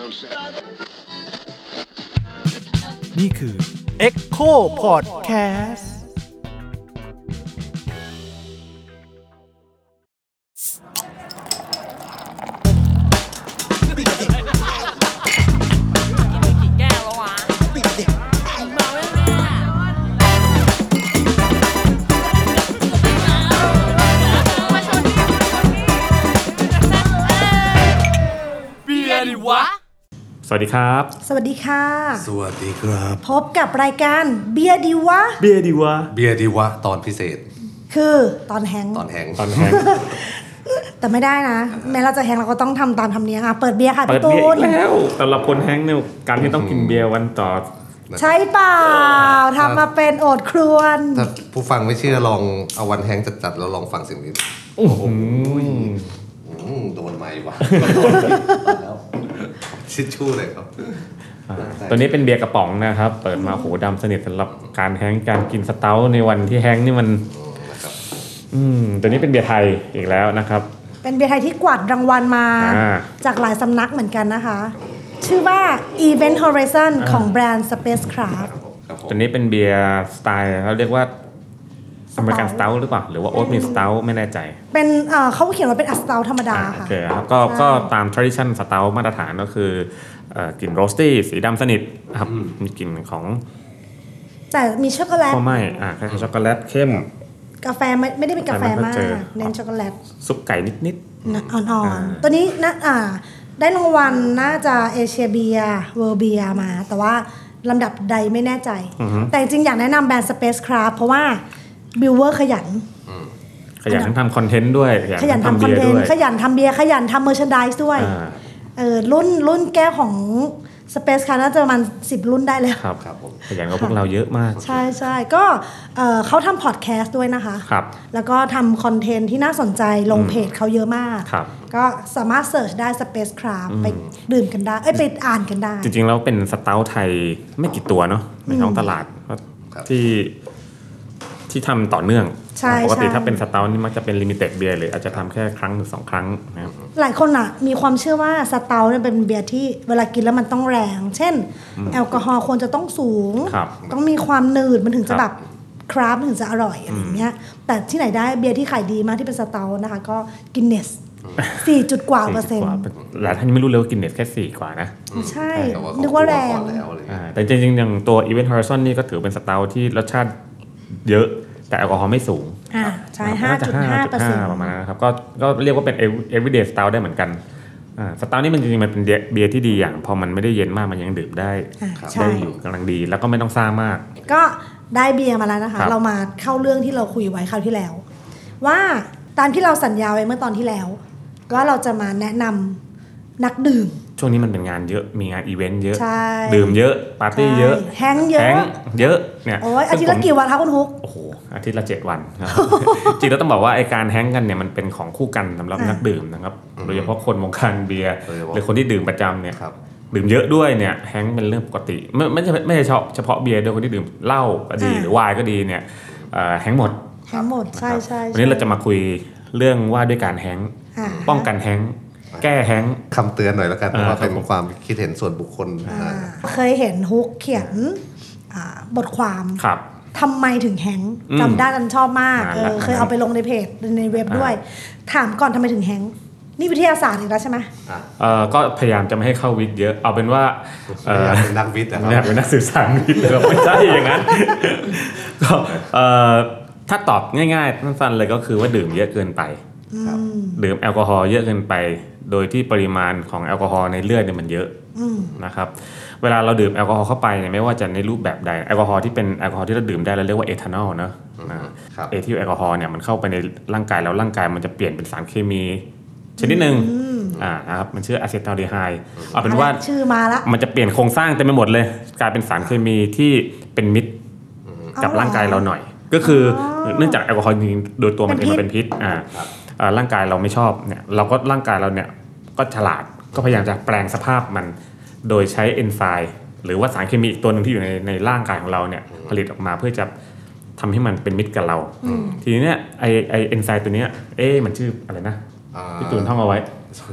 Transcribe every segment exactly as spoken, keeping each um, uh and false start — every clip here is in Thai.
นี่คือ Echo Podcast สวัสดีครับสวัสดีค่ะสวัสดีครับพบกับรายการเบียร์ดีวะเบียร์ดีวะเบียร์ดีวะตอนพิเศษคือตอนแฮงตอนแฮงตอนแฮงแต่ไม่ได้นะแม้เราจะแฮงเราก็ต้องทำตามธรรมเนียมอ่ะเปิดเบียร์ค่ะพี่ตูนแล้วสำหรับคนแฮงเนี่ยการที่ต้องกินเบียร์วันต่อใช่เปล่าทำมาเป็นโอดครวนถ้าผู้ฟังไม่เชื่อลองเอาวันแฮงจัดๆแล้วลองฟังสิ่งนี้โอ้โหโดนไม้ว่ะชิดชู่เลยครับตัวนี้เป็นเบียร์กระป๋องนะครับเปิดมาโหดำสนิทสำหรับการแฮงการกินสเต๊าในวันที่แฮงนี่มันอืมตัวนี้เป็นเบียร์ไทยอีกแล้วนะครับเป็นเบียร์ไทยที่กวาดรางวัลมาจากหลายสำนักเหมือนกันนะคะชื่อว่า Event Horizon ของแบรนด์ Spacecraft ตัวนี้เป็นเบียร์สไตล์เขาเรียกว่าอเมริกันสเต๊าหรือเปล่าหรือว่าโอ๊ตมิลสเต๊าไม่แน่ใจเป็นเอ่อเขาเขียนว่าเป็นสเต๊าธรรมดาค่ะโอเคครับก็ก็ตาม tradition สเต๊ามาตรฐานก็คือเอ่อกลิ่นโรสตี้สีดำสนิทครับมีกลิ่นของแต่มีช็อกโกแลตก็ไม่อ่าคล้ายๆช็อกโกแลตเข้มกาแฟไม่ไม่ได้เป็นกาแฟมากเน้นช็อกโกแลตซุปไก่นิดๆอ่อนๆตัวนี้นะอ่าได้รางวัลน่าจะเอเชียเบียร์เวิลด์เบียร์มาแต่ว่าลำดับใดไม่แน่ใจแต่จริงๆอยากแนะนำแบรนด์ Spacecraft เพราะว่าบิวเวอร์ขยันขยันทำคอนเทนต์ด้วยขยันทำคอนเทนต์ขยันทำเบียร์ขยันทำเมอร์แชนไดส์ด้วยเออรุ่นรุ่นแก้วของ Spacecraft น่าจะประมาณสิบรุ่นได้แล้วครับครับผมขยันกว่าพวกเราเยอะมากใช่ใช่ก็เออเขาทำพอดแคสต์ด้วยนะคะครับแล้วก็ทำคอนเทนต์ที่น่าสนใจลงเพจเขาเยอะมากครับก็สามารถเสิร์ชได้ Spacecraft ไปดื่มกันได้เอ้ยไปอ่านกันได้จริงๆแล้วเป็นสเต๊าไทยไม่กี่ตัวเนาะในท้องตลาดที่ที่ทำต่อเนื่องปกติถ้าเป็นสเต๊านี่มักจะเป็นลิมิเต็ดเบียร์เลยอาจจะทำแค่ครั้งหรือสองครั้งนะครับหลายคนอ่ะมีความเชื่อว่าสเต๊าเนี่ยเป็นเบียร์ที่เวลากินแล้วมันต้องแรงเช่นแอลกอฮอล์ควรจะต้องสูงต้องมีความหนืดมันถึงจะแบบคราฟถึงจะอร่อยอะไรเงี้ยแต่ที่ไหนได้เบียร์ที่ขายดีมากที่เป็นสเต๊านะคะก็กินเนสสี่จุดกว่าเปอร์เซ็นต์หลายท่านยังไม่รู้เลยว่ากินเนสแค่สี่กว่านะใช่นึกว่าแรงแต่จริงๆอย่างตัว Event Horizon นี่ก็ถือเป็นสเต๊าที่รสชาติเยอะแต่แอลกอฮอล์ไม่สูงอ่าใช่ ห้าจุดห้าเปอร์เซ็นต์ประมาณนั้นครับก็ก็เรียกว่าเป็น everyday style ได้เหมือนกันอ่าสเต๊านี่มันจริงๆมันเป็นเบียร์ที่ดีอย่างพอมันไม่ได้เย็นมากมันยังดื่มได้ได้อยู่กำลังดีแล้วก็ไม่ต้องซ่ามากก็ได้เบียร์มาแล้วนะคะเรามาเข้าเรื่องที่เราคุยไว้คราวที่แล้วว่าตามที่เราสัญญาไว้เมื่อตอนที่แล้วว่าเราจะมาแนะนำนักดื่มช่วงนี้มันเป็นงานเยอะมีงานอีเวนต์เยอะดื่มเยอะปาร์ตี้เยอะแฮงเยอะเยอะเนี่ยโอ้ยอาทิตย์ละกี่วันคะคุณฮุกโอ้โหอาทิตย์ละเจ็ดวันจริงแล้วต้องบอกว่าไอการแฮงกันเนี่ยมันเป็นของคู่กันสำหรับนักดื่มนะครับโดยเฉพาะคนวงการเบียร์หรือคนที่ดื่มประจำเนี่ยดื่มเยอะด้วยเนี่ยแฮงเป็นเรื่องปกติไม่ไม่ใช่ไม่ใช่เฉพาะเบียร์ด้วยคนที่ดื่มเหล้าก็ดีหรือไวน์ก็ดีเนี่ยแฮงหมดแฮงหมดใช่ใช่วันนี้เราจะมาคุยเรื่องว่าด้วยการแฮงป้องกันแฮงแก้แฮงคำเตือนหน่อยแล้วกันว่าเป็นความคิดเห็นส่วนบุคคลเคยเห็นฮุกเขียนบทความทำไมถึงแฮงจำได้กันชอบมากเออเคยเอาไปลงในเพจในเว็บด้วยถามก่อนทำไมถึงแฮงนี่วิทยาศาสตร์อีกแล้วใช่ไหมเออก็พยายามจะไม่ให้เข้าวิทย์เยอะเอาเป็นว่าเออเป็นนักวิทย์นะครับเป็นนักสื่อสารวิทย์เลยไม่ใช่อย่างนั้นก็เออถ้าตอบง่ายๆสั้นๆเลยก็คือว่าดื่มเยอะเกินไปดื่มแอลกอฮอล์เยอะเกินไปโดยที่ปริมาณของแอลกอฮอล์ในเลือดเนี่ยมันเยอะนะครับเวลาเราดื่มแอลกอฮอล์เข้าไปเนี่ยไม่ว่าจะในรูปแบบใดแอลกอฮอล์ที่เป็นแอลกอฮอล์ที่เราดื่มได้เราเรียกว่าเอทานอลเนอะเอทิลแอลกอฮอล์เนี่ยมันเข้าไปในร่างกายแล้วร่างกายมันจะเปลี่ยนเป็นสารเคมีชนิดหนึ่งอ่านะครับมันชื่ออะเซตาลดีไฮด์เอาเป็นว่าชื่อมาละมันจะเปลี่ยนโครงสร้างเต็มไปหมดเลยกลายเป็นสารเคมีที่เป็นมิตรกับร่างกายเราหน่อยก็คือเนื่องจากแอลกอฮอล์จริงๆโดยตัวมันเองมันเป็นพิษอ่าร่างกายเราไม่ชอบเนี่ยเราก็ร่างกายเราเนี่ยก็ฉลาดก็พยายามจะแปลงสภาพมันโดยใช้เอนไซม์หรือว่าสารเคมีอีกตัวนึงที่อยู่ในในร่างกายของเราเนี่ยผลิตออกมาเพื่อจะทำให้มันเป็นมิตรกับเราทีนี้เนี่ยไอไอเอนไซม์ตัวนี้เอ๊ะมันชื่ออะไรนะพี่ตูนท่องเอาไว้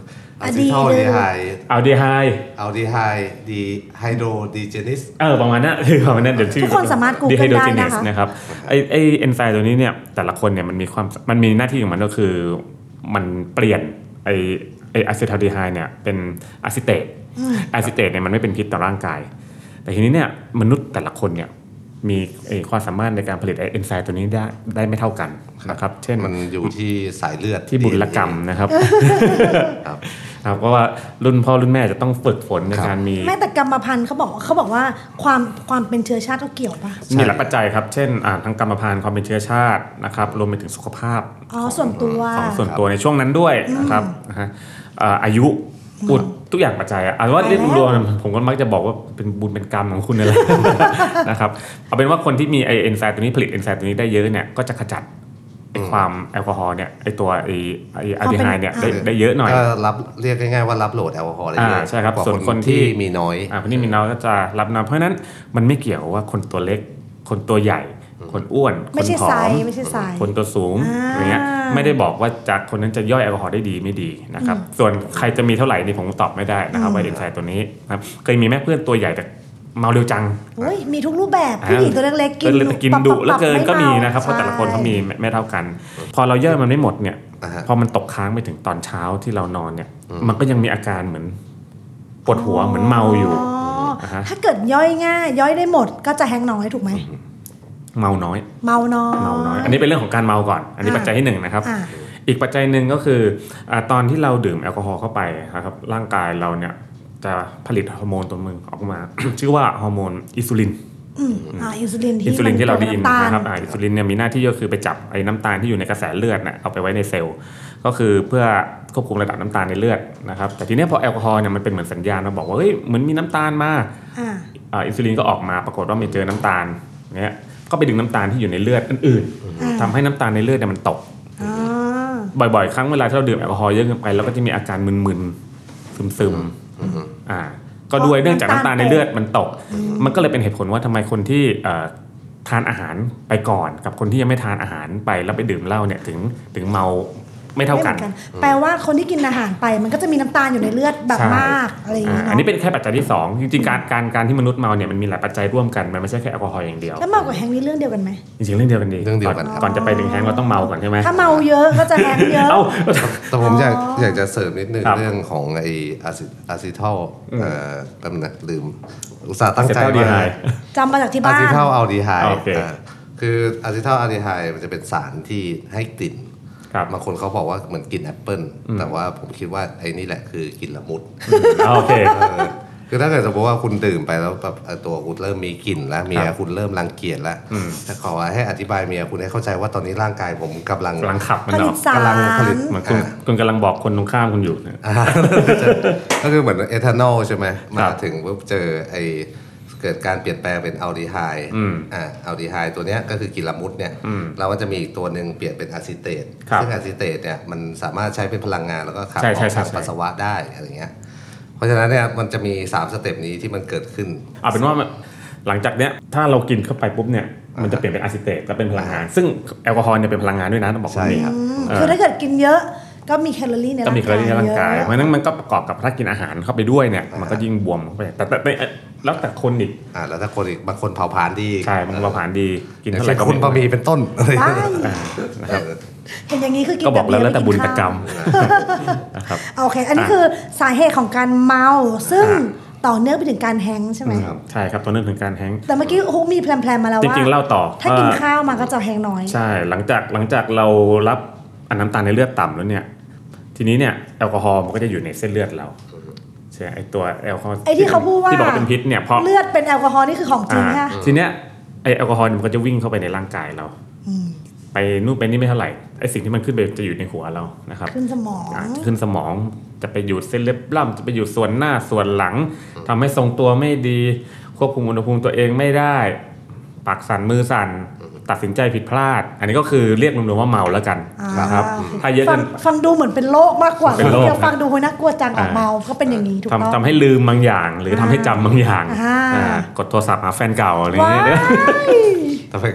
อะซิทัลดีไฮอัลดีไฮด์อัลดีไฮดีไฮโดรดีเจนิสเออประมาณนั้นคือประมาณนั้นเดี๋ยวชื่อทุกคนสามารถ Google ได้นะคะนะครับไอไอเอนไซม์ตัวนี้เนี่ยแต่ละคนเนี่ยมันมีความมันมีหน้าที่ของมันก็คือมันเปลี่ยนไอไออะซิทัลดีไฮด์เนี่ยเป็นอะซิเตตอะซิเตตเนี่ยมันไม่เป็นพิษต่อร่างกายแต่ทีนี้เนี่ยมนุษย์แต่ละคนเนี่ยมีความสามารถในการผลิตเอนไซม์ตัวนี้ได้ได้ไม่เท่ากันนะครับเช่นมันอยู่ที่สายเลือดที่บุญกรรมนะครับครับครับเพราะว่ารุ่นพ่อรุ่นแม่จะต้องฝึกฝนในการมีแม้แต่กรรมพันธุ์เขาบอกเขาบอกว่าความความเป็นเชื้อชาติก็เกี่ยวป่ะมีหลายปัจจัยครับเช่นทั้งกรรมพันธุ์ความเป็นเชื้อชาตินะครับรวมไปถึงสุขภาพอ๋อส่วนตัวของส่วนตัวในช่วงนั้นด้วยนะครับอายุอุดทุกอย่างปัจจัยอ่ะเอาว่าเรียกรวมผมก็มักจะบอกว่าเป็นบุญเป็นกรรมของคุณนั่นแหละนะครับเอาเป็นว่าคนที่มีไอเอนไซม์ตัวนี้ผลิตเอนไซม์ตัวนี้ได้เยอะเนี่ยก็จะขจัดไอความแอลกอฮอล์เนี่ยไอตัวไอไออะดีไฮด์เนี่ยได้ได้เยอะหน่อยก็รับเรียกง่ายๆว่ารับโหลดแอลกอฮอล์ได้เยอะใช่ครับส่วนคนที่มีน้อยอ่าคนที่มีน้อยก็จะรับน้อยเพราะฉะนั้นมันไม่เกี่ยวว่าคนตัวเล็กคนตัวใหญ่คนอ้วนคนผอมคนตัวสูงอย่างเงี้ยไม่ได้บอกว่าจากคนนั้นจะย่อยแอลกอฮอล์ได้ดีไม่ดีนะครับส่วนใครจะมีเท่าไหร่นี่ผมตอบไม่ได้นะครับว่าเอนไซม์ตัวนี้ครับเคยมีแม่เพื่อนตัวใหญ่แต่เมาเร็วจังโอ้ยมีทุกรูปแบบผู้หญิงตัวเล็กๆกินกินดุแล้วเกินก็มีนะครับเพราะแต่ละคนเขามีไม่เท่ากันพอเราย่อยมันไม่หมดเนี่ยพอมันตกค้างไปถึงตอนเช้าที่เรานอนเนี่ยมันก็ยังมีอาการเหมือนปวดหัวเหมือนเมาอยู่ถ้าเกิดย่อยง่ายย่อยได้หมดก็จะแฮงน้อยถูกไหมเมาน้อยเมาน้อยเมาน้อยอันนี้เป็นเรื่องของการเมาก่อนอันนี้ปัจจัยที่หนึ่งนะครับอีกปัจจัยหนึ่งก็คือตอนที่เราดื่มแอลกอฮอล์เข้าไปครับร่างกายเราเนี่ยจะผลิตฮอร์โมนตัวนึงออกมา ชื่อว่าฮอร์โมนอินซูลินอ่าอินซูลินที่อินซูลินที่เราได้ยินนะครับอินซูลินเนี่ยมีหน้าที่ก็คือไปจับไอ้น้ำตาลที่อยู่ในกระแสเลือดน่ะเอาไปไว้ในเซลล์ก็คือเพื่อควบคุมระดับน้ำตาลในเลือดนะครับแต่ทีนี้พอแอลกอฮอล์เนี่ยมันเป็นเหมือนสัญญาณมาบอกว่าเฮ้ยเหมือนมีน้ำตาลมาอ่าอินซูลินก็ออกมาปรากฏว่าไม่เจอน้ำตาลเนี่ยก็ไปดึงน้ำตาลที่อยู่ในเลือดอื่นๆทำให้น้ำตาลในเลือดเนี่ยมันตกบ่อยๆครั้งเวลาที่เราดื่มแอลกอฮอล์เยอะเกินไปเราก็จะมีอาการมึนๆซึมๆอ่าก็ด้วยเนื่องจากน้ำตาลในเลือดมันตกมันก็เลยเป็นเหตุผลว่าทำไมคนที่ทานอาหารไปก่อนกับคนที่ยังไม่ทานอาหารไปแล้วไปดื่มเหล้าเนี่ยถึงถึงเมาไม่เท่ากันแปลว่าคนที่กินอาหารไปมันก็จะมีน้ำตาลอยู่ในเลือดแบบมากอะไรอย่างเงี้ยอันนี้เป็นแค่ปัจจัยที่สองจริงๆการการการที่มนุษย์เมาเนี่ยมันมีหลายปัจจัยร่วมกันมันไม่ใช่แค่แอลกอฮอล์อย่างเดียวแล้วเมากับแฮงนี่เรื่องเดียวกันไหมจริงๆเรื่องเดียวกันดีเรื่องเดียวกันก่อนจะไปถึงแฮงเราต้องเมาก่อนใช่ไหมถ้าเมาเยอะก็จะแฮงเยอะแต่ผมอยากอยากจะเสริมนิดนึงเรื่องของไออะซิทัลเอ่อตำแหน่งลืมอุตส่าห์ตั้งใจมาจำมาจากที่บ้านอะซิทัลอัลดีไฮด์คืออะซิทัลอัลดีไฮด์มันจะเป็นสารที่ให้กลิ่นบางคนเขาบอกว่าเหมือนกินแอปเปิ้ลแต่ว่าผมคิดว่าไอ้นี่แหละคือกินละมุดโอเคคือถ้าเกิดสมมติว่าคุณดื่มไปแล้วแบบตัวคุณเริ่มมีกลิ่นแล้วเมียคุณเริ่มรังเกียจแล้วแต่ขอให้อธิบายเมียคุณให้เข้าใจว่าตอนนี้ร่างกายผมกำลังกำลังขับมันออกกำลังผลิตเหมือนคุณคุณกำลังบอกคนตรงข้ามคุณอยู่ก็คือเหมือนเอทานอลใช่ไหมมาถึงปุ๊บเจอไอเกิดการเปลี่ยนแปลงเป็นอัลดีไฮด์อ่าอัลดีไฮด์ตัวเนี้ยก็คือกินละมุดเนี่ยเราก็จะมีอีกตัวหนึ่งเปลี่ยนเป็นอะซิเตตซึ่งอะซิเตตเนี่ยมันสามารถใช้เป็นพลังงานแล้วก็ขับออกทางปัสสาวะได้อะไรเงี้ยเพราะฉะนั้นเนี่ยมันจะมีสามสเต็ปนี้ที่มันเกิดขึ้นเอาเป็นว่าหลังจากเนี้ยถ้าเรากินเข้าไปปุ๊บเนี่ยมันจะเปลี่ยนเป็นอะซิเตตแล้วเป็นพลังงานซึ่งแอลกอฮอล์เนี่ยเป็นพลังงานด้วยนะต้องบอกว่านี่ครับคือถ้าเกิดกินเยอะก็มีแคลอรี่ในร่างกายก็มีแคลอรี่ในร่างกายเพราะนั้นมันก็ประกอบกับถ้ากินอาหารเข้าไปด้วยเนี่ยมันก็ยิ่งบวมเข้าไปแต่แต่แล้วแต่คนอีกอ่าแล้วแต่คนอีกบางคนเผาผลาญดีใช่บางคนเผาผลาญดีกินเท่าไหร่ก็คุณบะหมี่เป็นต้นได้นะครับเห็นอย่างนี้คือกินก็บอกแล้วแล้วแต่บุญกรรมนะครับโอเคอันนี้คือสาเหตุของการเมาซึ่งต่อเนื่องไปถึงการแฮงใช่ไหมใช่ครับต่อเนื่องถึงการแฮงแต่เมื่อกี้ฮุกมีแพลนๆมาแล้วว่าจริงๆเล่าต่อถ้ากินข้าวมาก็จะแฮงน้อยใช่หลังจากหลังจากเรารับน้ำตาลในเลือดต่ำแล้วเนี่ยทีนี้เนี่ยแอลกอฮอล์มันก็จะอยู่ในเส้นเลือดเราใช่ไอตัวแอลกอฮอล์ไอที่เขาพูดว่าที่บอกเป็นพิษเนี่ยเพราะเลือดเป็นแอลกอฮอล์นี่คือของจริงค่ะทีเนี้ยไอแอลกอฮอล์มันก็จะวิ่งเข้าไปในร่างกายเราไปนู่นไปนี่ไม่เท่าไหร่ไอสิ่งที่มันขึ้นไปจะอยู่ในหัวเรานะครับขึ้นสมองขึ้นสมองจะไปอยู่เส้นเลือดล่ำจะไปอยู่ส่วนหน้าส่วนหลังทำให้ทรงตัวไม่ดีควบคุมอุณหภูมิตัวเองไม่ได้ปากสั่นมือสั่นตัดสินใจผิดพลาดอันนี้ก็คือเรียกรวมๆว่าเมาแล้วกันนะครับถ้าเยอะกันฟังดูเหมือนเป็นโรคมากกว่าเดี๋ยวฟังดูน่ากลัวจังออกเมาก็เป็นอย่างนี้ถูกต้องทำให้ลืมบางอย่างหรือทำให้จำบางอย่างกดโทรศัพท์หาแฟนเก่าอะไรอย่างเงี้ยทำไม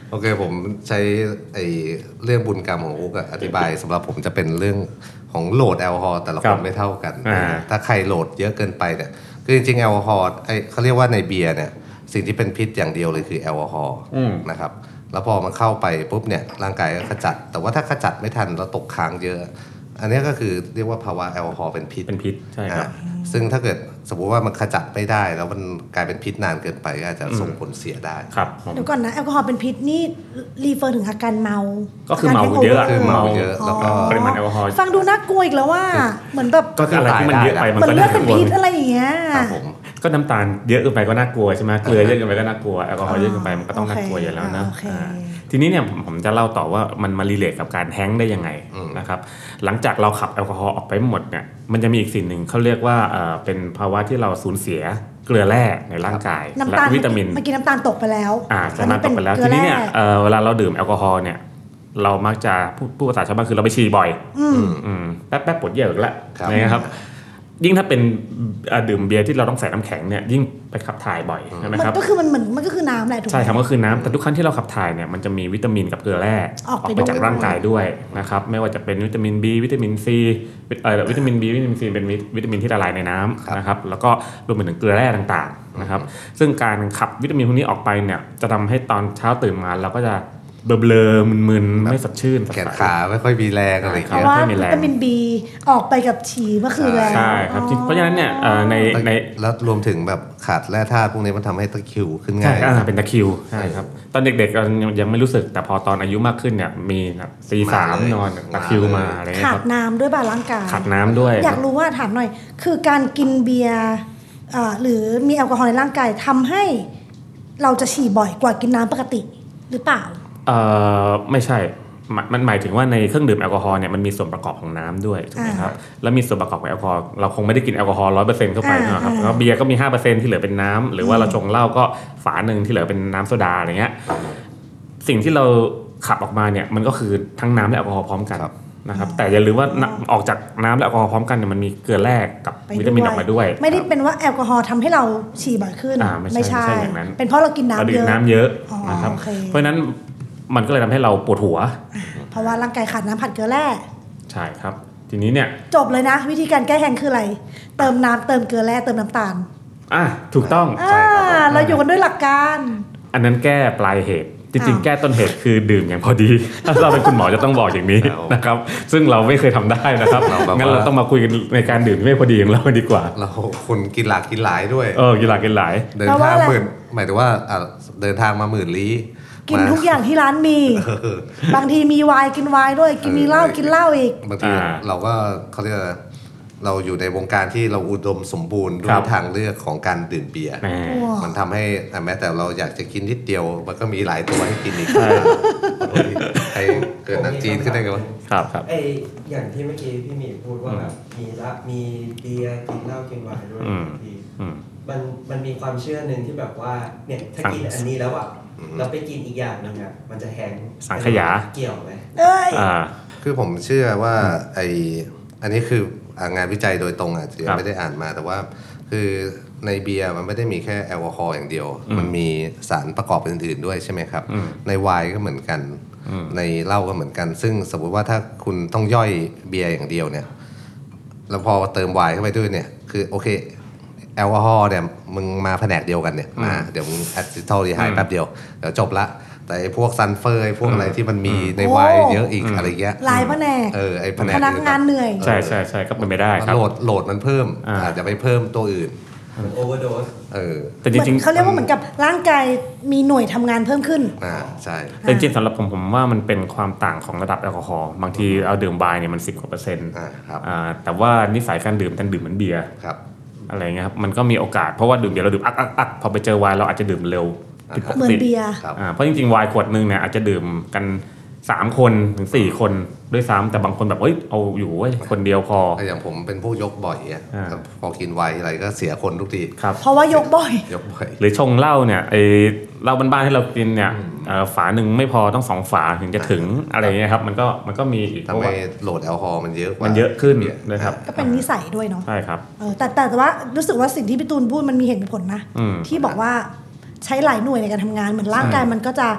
โอเคผมใช้ไอ้เรื่องบุญกรรมของอุ๊กอธิบายสำหรับผมจะเป็นเรื่องของโหลดแอลกอฮอล์แต่ละคนไม่เท่ากันถ้าใครโหลดเยอะเกินไปเนี่ยคือจริงๆแอลกอฮอล์ไอ้เขาเรียกว่าในเบียร์เนี่ยสิ่งที่เป็นพิษอย่างเดียวเลยคือแอลกอฮอล์นะครับแล้วพอมันเข้าไปปุ๊บเนี่ยร่างกายก็ขจัดแต่ว่าถ้าขจัดไม่ทันแล้วตกค้างเยอะอันนี้ก็คือเรียกว่าภาวะแอลกอฮอล์เป็นพิษเป็นพิษใช่ครับซึ่งถ้าเกิดสมมติว่ามันขจัดไม่ได้แล้วมันกลายเป็นพิษนานเกินไปก็อาจจะส่งผลเสียได้ครับเดี๋ยวก่อนนะแอลกอฮอล์เป็นพิษนี่รีเฟอร์ถึงอาการเมาก็คือเมาเยอะคือเมาเยอะแล้วก็ปริมาณแอลกอฮอล์ฟังดูน่ากลัวอีกแล้วว่าเหมือนแบบก็อะไรที่มันเยอะไปมันก็เลือดเป็นพิษอะไรอย่างเงี้ยก็น้ำตาลเยอะเกินไปก็น่ากลัวใช่ไหมเกลือเยอะเกินไปก็น่ากลัวแอลกอฮอล์เยอะเกินไปมันก็ต้องน่ากลัวอยู่แล้วนะทีนี้เนี่ยผมจะเล่าต่อว่ามันมารีเลทกับการแฮงก์ได้ยังไงนะครับหลังจากเราขับแอลกอฮอล์ออกไปหมดเนี่ยมันจะมีอีกสิ่งหนึ่งเขาเรียกว่าเป็นภาวะที่เราสูญเสียเกลือแร่ในร่างกายและวิตามินเมื่อกี้น้ำตาลตกไปแล้วอ่าน้ำตาลตกไปแล้วทีนี้เนี่ยเวลาเราดื่มแอลกอฮอล์เนี่ยเรามักจะพูดภาษาชาวบ้านคือเราไปฉี่บ่อยแป๊บแป๊บปวดเยี่ยวอีกแล้วนะครับยิ่งถ้าเป็นดื่มเบียร์ที่เราต้องใส่น้ำแข็งเนี่ยยิ่งไปขับถ่ายบ่อยใช่ไหมครับก็คือมันเหมือนมันก็คือน้ำแหละถูกไหมใช่ครับก็คือน้ำแต่ทุกครั้งที่เราขับถ่ายเนี่ยมันจะมีวิตามินกับเกลือแร่ออกไปจากร่างกายด้วยนะครับไม่ว่าจะเป็นวิตามิน B วิตามิน C เอ่อวิตามิน B วิตามิน C เป็นวิตามินที่ละลายในน้ำนะครับแล้วก็รวมไปถึงเกลือแร่ต่างๆนะครับซึ่งการขับวิตามินพวกนี้ออกไปเนี่ยจะทำให้ตอนเช้าตื่นมาเราก็จะเบลอๆมึนๆไม่สดชื่นแขนขาไม่ค่อยมีแรงอะไรอย่างเงี้ยเพราะว่าวิตามิน B ออกไปกับฉี่เมื่อคืนแล้วใช่ครับเพราะฉะนั้นเนี่ยในในแล้วรวมถึงแบบขาดแร่ธาตุพวกนี้มันทำให้ตะคริวขึ้นง่ายใช่เป็นตะคริวใช่ครับตอนเด็กๆยังไม่รู้สึกแต่พอตอนอายุมากขึ้นเนี่ยมีตีสามนอนตะคริวมาอะไรเงี้ยขาดน้ำด้วยป่ะร่างกายขาดน้ำด้วยอยากรู้ว่าถามหน่อยคือการกินเบียร์หรือมีแอลกอฮอล์ในร่างกายทำให้เราจะฉี่บ่อยกว่ากินน้ำปกติหรือเปล่าเอ่อไม่ใช่มันหมายถึงว่าในเครื่องดื่มแอลกอฮอล์เนี่ยมันมีส่วนประกอบของน้ำด้วยถูกไหมครับแล้วมีส่วนประกอบของแอลกอฮอล์เราคงไม่ได้กินแอลกอฮอล์ ร้อยเปอร์เซ็นต์ เข้าไปนะครับแล้วเบียร์ก็มี ห้าเปอร์เซ็นต์ ที่เหลือเป็นน้ำหรือว่าเราชงเหล้าก็ฝาหนึ่งที่เหลือเป็นน้ำโซดาอะไรเงี้ยสิ่งที่เราขับออกมาเนี่ยมันก็คือทั้งน้ำและแอลกอฮอล์พร้อมกันนะครับแต่อย่าลืมว่าออกจากน้ำและแอลกอฮอล์พร้อมกันเนี่ยมันมีเกลือแร่กับวิตามินออกมาด้วยไม่ได้เป็นว่าแอลกอฮอล์ทำให้เราฉี่บ่อยขึ้นไม่ใช่เป็นเพราะเรากินน้ำเยอะน้ำเยอะนะครับเพราะฉะนั้นมันก็เลยทำให้เราปวดหัวเพราะว่าร่างกายขาดน้ำขาดเกลือแร่ใช่ครับทีนี้เนี่ยจบเลยนะวิธีการแก้แห้งคืออะไรเติมน้ำเติมเกลือแร่เติมน้ำตาลอ่ะถูกต้องอ่าเราอยู่กันด้วยหลักการอันนั้นแก้ปลายเหตุจริงๆแก้ต้นเหตุคือดื่มอย่างพอดีถ้าเราเป็นคุณหมอจะต้องบอกอย่างนี้นะครับซึ่งเราไม่เคยทำได้นะครับงั้นเราต้องมาคุยกันในการดื่มไม่พอดีของเราดีกว่าเราคนกินหลากกินหลายด้วยเออกินหลากกินหลายเดินทางหมื่นหมายถึงว่าเดินทางมาหมื่นลี้กินทุกอย่างที่ร้านมีบางทีมีไวน์กินไวน์ด้วยกินมีเหล้ากินเหล้าอีกบางทีเราก็เขาเรียกเราอยู่ในวงการที่เราอุดมสมบูรณ์ด้วยทางเลือกของการดื่มเบียร์มันทำให้แม้แต่เราอยากจะกินนิดเดียวมันก็มีหลายตัวให้กินอีกใครเกิดนักจีนขึ้นได้กันครับครับไออย่างที่เมื่อกี้พี่หมีพูดว่าแบบมีละมีเบียร์กินเหล้ากินไวน์ด้วยพี่มันมันมีความเชื่อหนึ่งที่แบบว่าเนี่ยถ้ากินอันนี้แล้วอ่ะเราไปกินอีกอย่างนึงอ่ะมันจะแห้งสังขยาเกี่ยวไหมเอ้ยคือผมเชื่อว่าไออันนี้คืองานวิจัยโดยตรงอ่ะยังไม่ได้อ่านมาแต่ว่าคือในเบียร์มันไม่ได้มีแค่แอลกอฮอล์อย่างเดียวมันมีสารประกอบอื่นๆด้วยใช่ไหมครับในไวน์ก็เหมือนกันในเหล้าก็เหมือนกันซึ่งสมมติว่าถ้าคุณต้องย่อยเบียร์อย่างเดียวเนี่ยแล้วพอเติมไวน์เข้าไปด้วยเนี่ยคือโอเคแอลกอฮอล์เนี่ยมึงมาแผนกเดียวกันเนี่ยมาเดี๋ยวมึงแอซิทอลดีไฮด์แป๊บเดียวเดี๋ยวจบละแต่ไอ้พวกซัลเฟอร์ไอ้พวกอะไรที่มันมีในไวน์เยอะอีกอะไรเงี้ยหลายแผนกเออไอ้แผนกพนักงานเหนื่อยใช่ใช่ใช่ก็เป็นไม่ได้ครับโหลดโหลดมันเพิ่มอาจจะไปเพิ่มตัวอื่นมันโอเวอร์โดสเออแต่จริงๆเขาเรียกว่าเหมือนกับร่างกายมีหน่วยทำงานเพิ่มขึ้นอ่าใช่แต่จริงๆสำหรับผมผมว่ามันเป็นความต่างของระดับแอลกอฮอล์บางทีเอาดื่มไวน์เนี่ยมันสิบกว่าเปอร์เซ็นต์อ่าครับอ่าแต่ว่านิสัยการดื่มการดื่มเหมือนเบียร์ครับอะไรเงี้ยครับมันก็มีโอกาสเพราะว่าดื่มเบียร์เราดื่มอักอักอักพอไปเจอไวน์เราอาจจะดื่มเร็วเหมือนเบียร์เพราะจริงๆไวน์ขวดนึงเนี่ยอาจจะดื่มกันสามคนถึงสี่คนด้วยซ้ำแต่บางคนแบบเอ้ยเอาอยู่เว้ยคนเดียวพออย่างผมเป็นผู้ยกบ่อยอ่ะพอกินไวน์อะไรก็เสียคนทุกทีเพราะว่ายกบ่อยยกบ่อยหรือชงเหล้าเนี่ยไอเหล้าบ้านๆที่เรากินเนี่ยฝาหนึ่งไม่พอต้องสองฝาถึงจะถึงอะไรเงี้ยครับมันก็มันก็มีอีกทำให้โหลดแอลกอฮอล์มันเยอะมันเยอะขึ้นนะครับก็เป็นนิสัยด้วยเนาะใช่ครับแต่แต่ว่ารู้สึกว่าสิ่งที่พี่ตูนพูดมันมีเหตุผลนะที่บอกว่าใช้หลายหน่วยในการทำงานเหมือนร่างกายมันก็จะ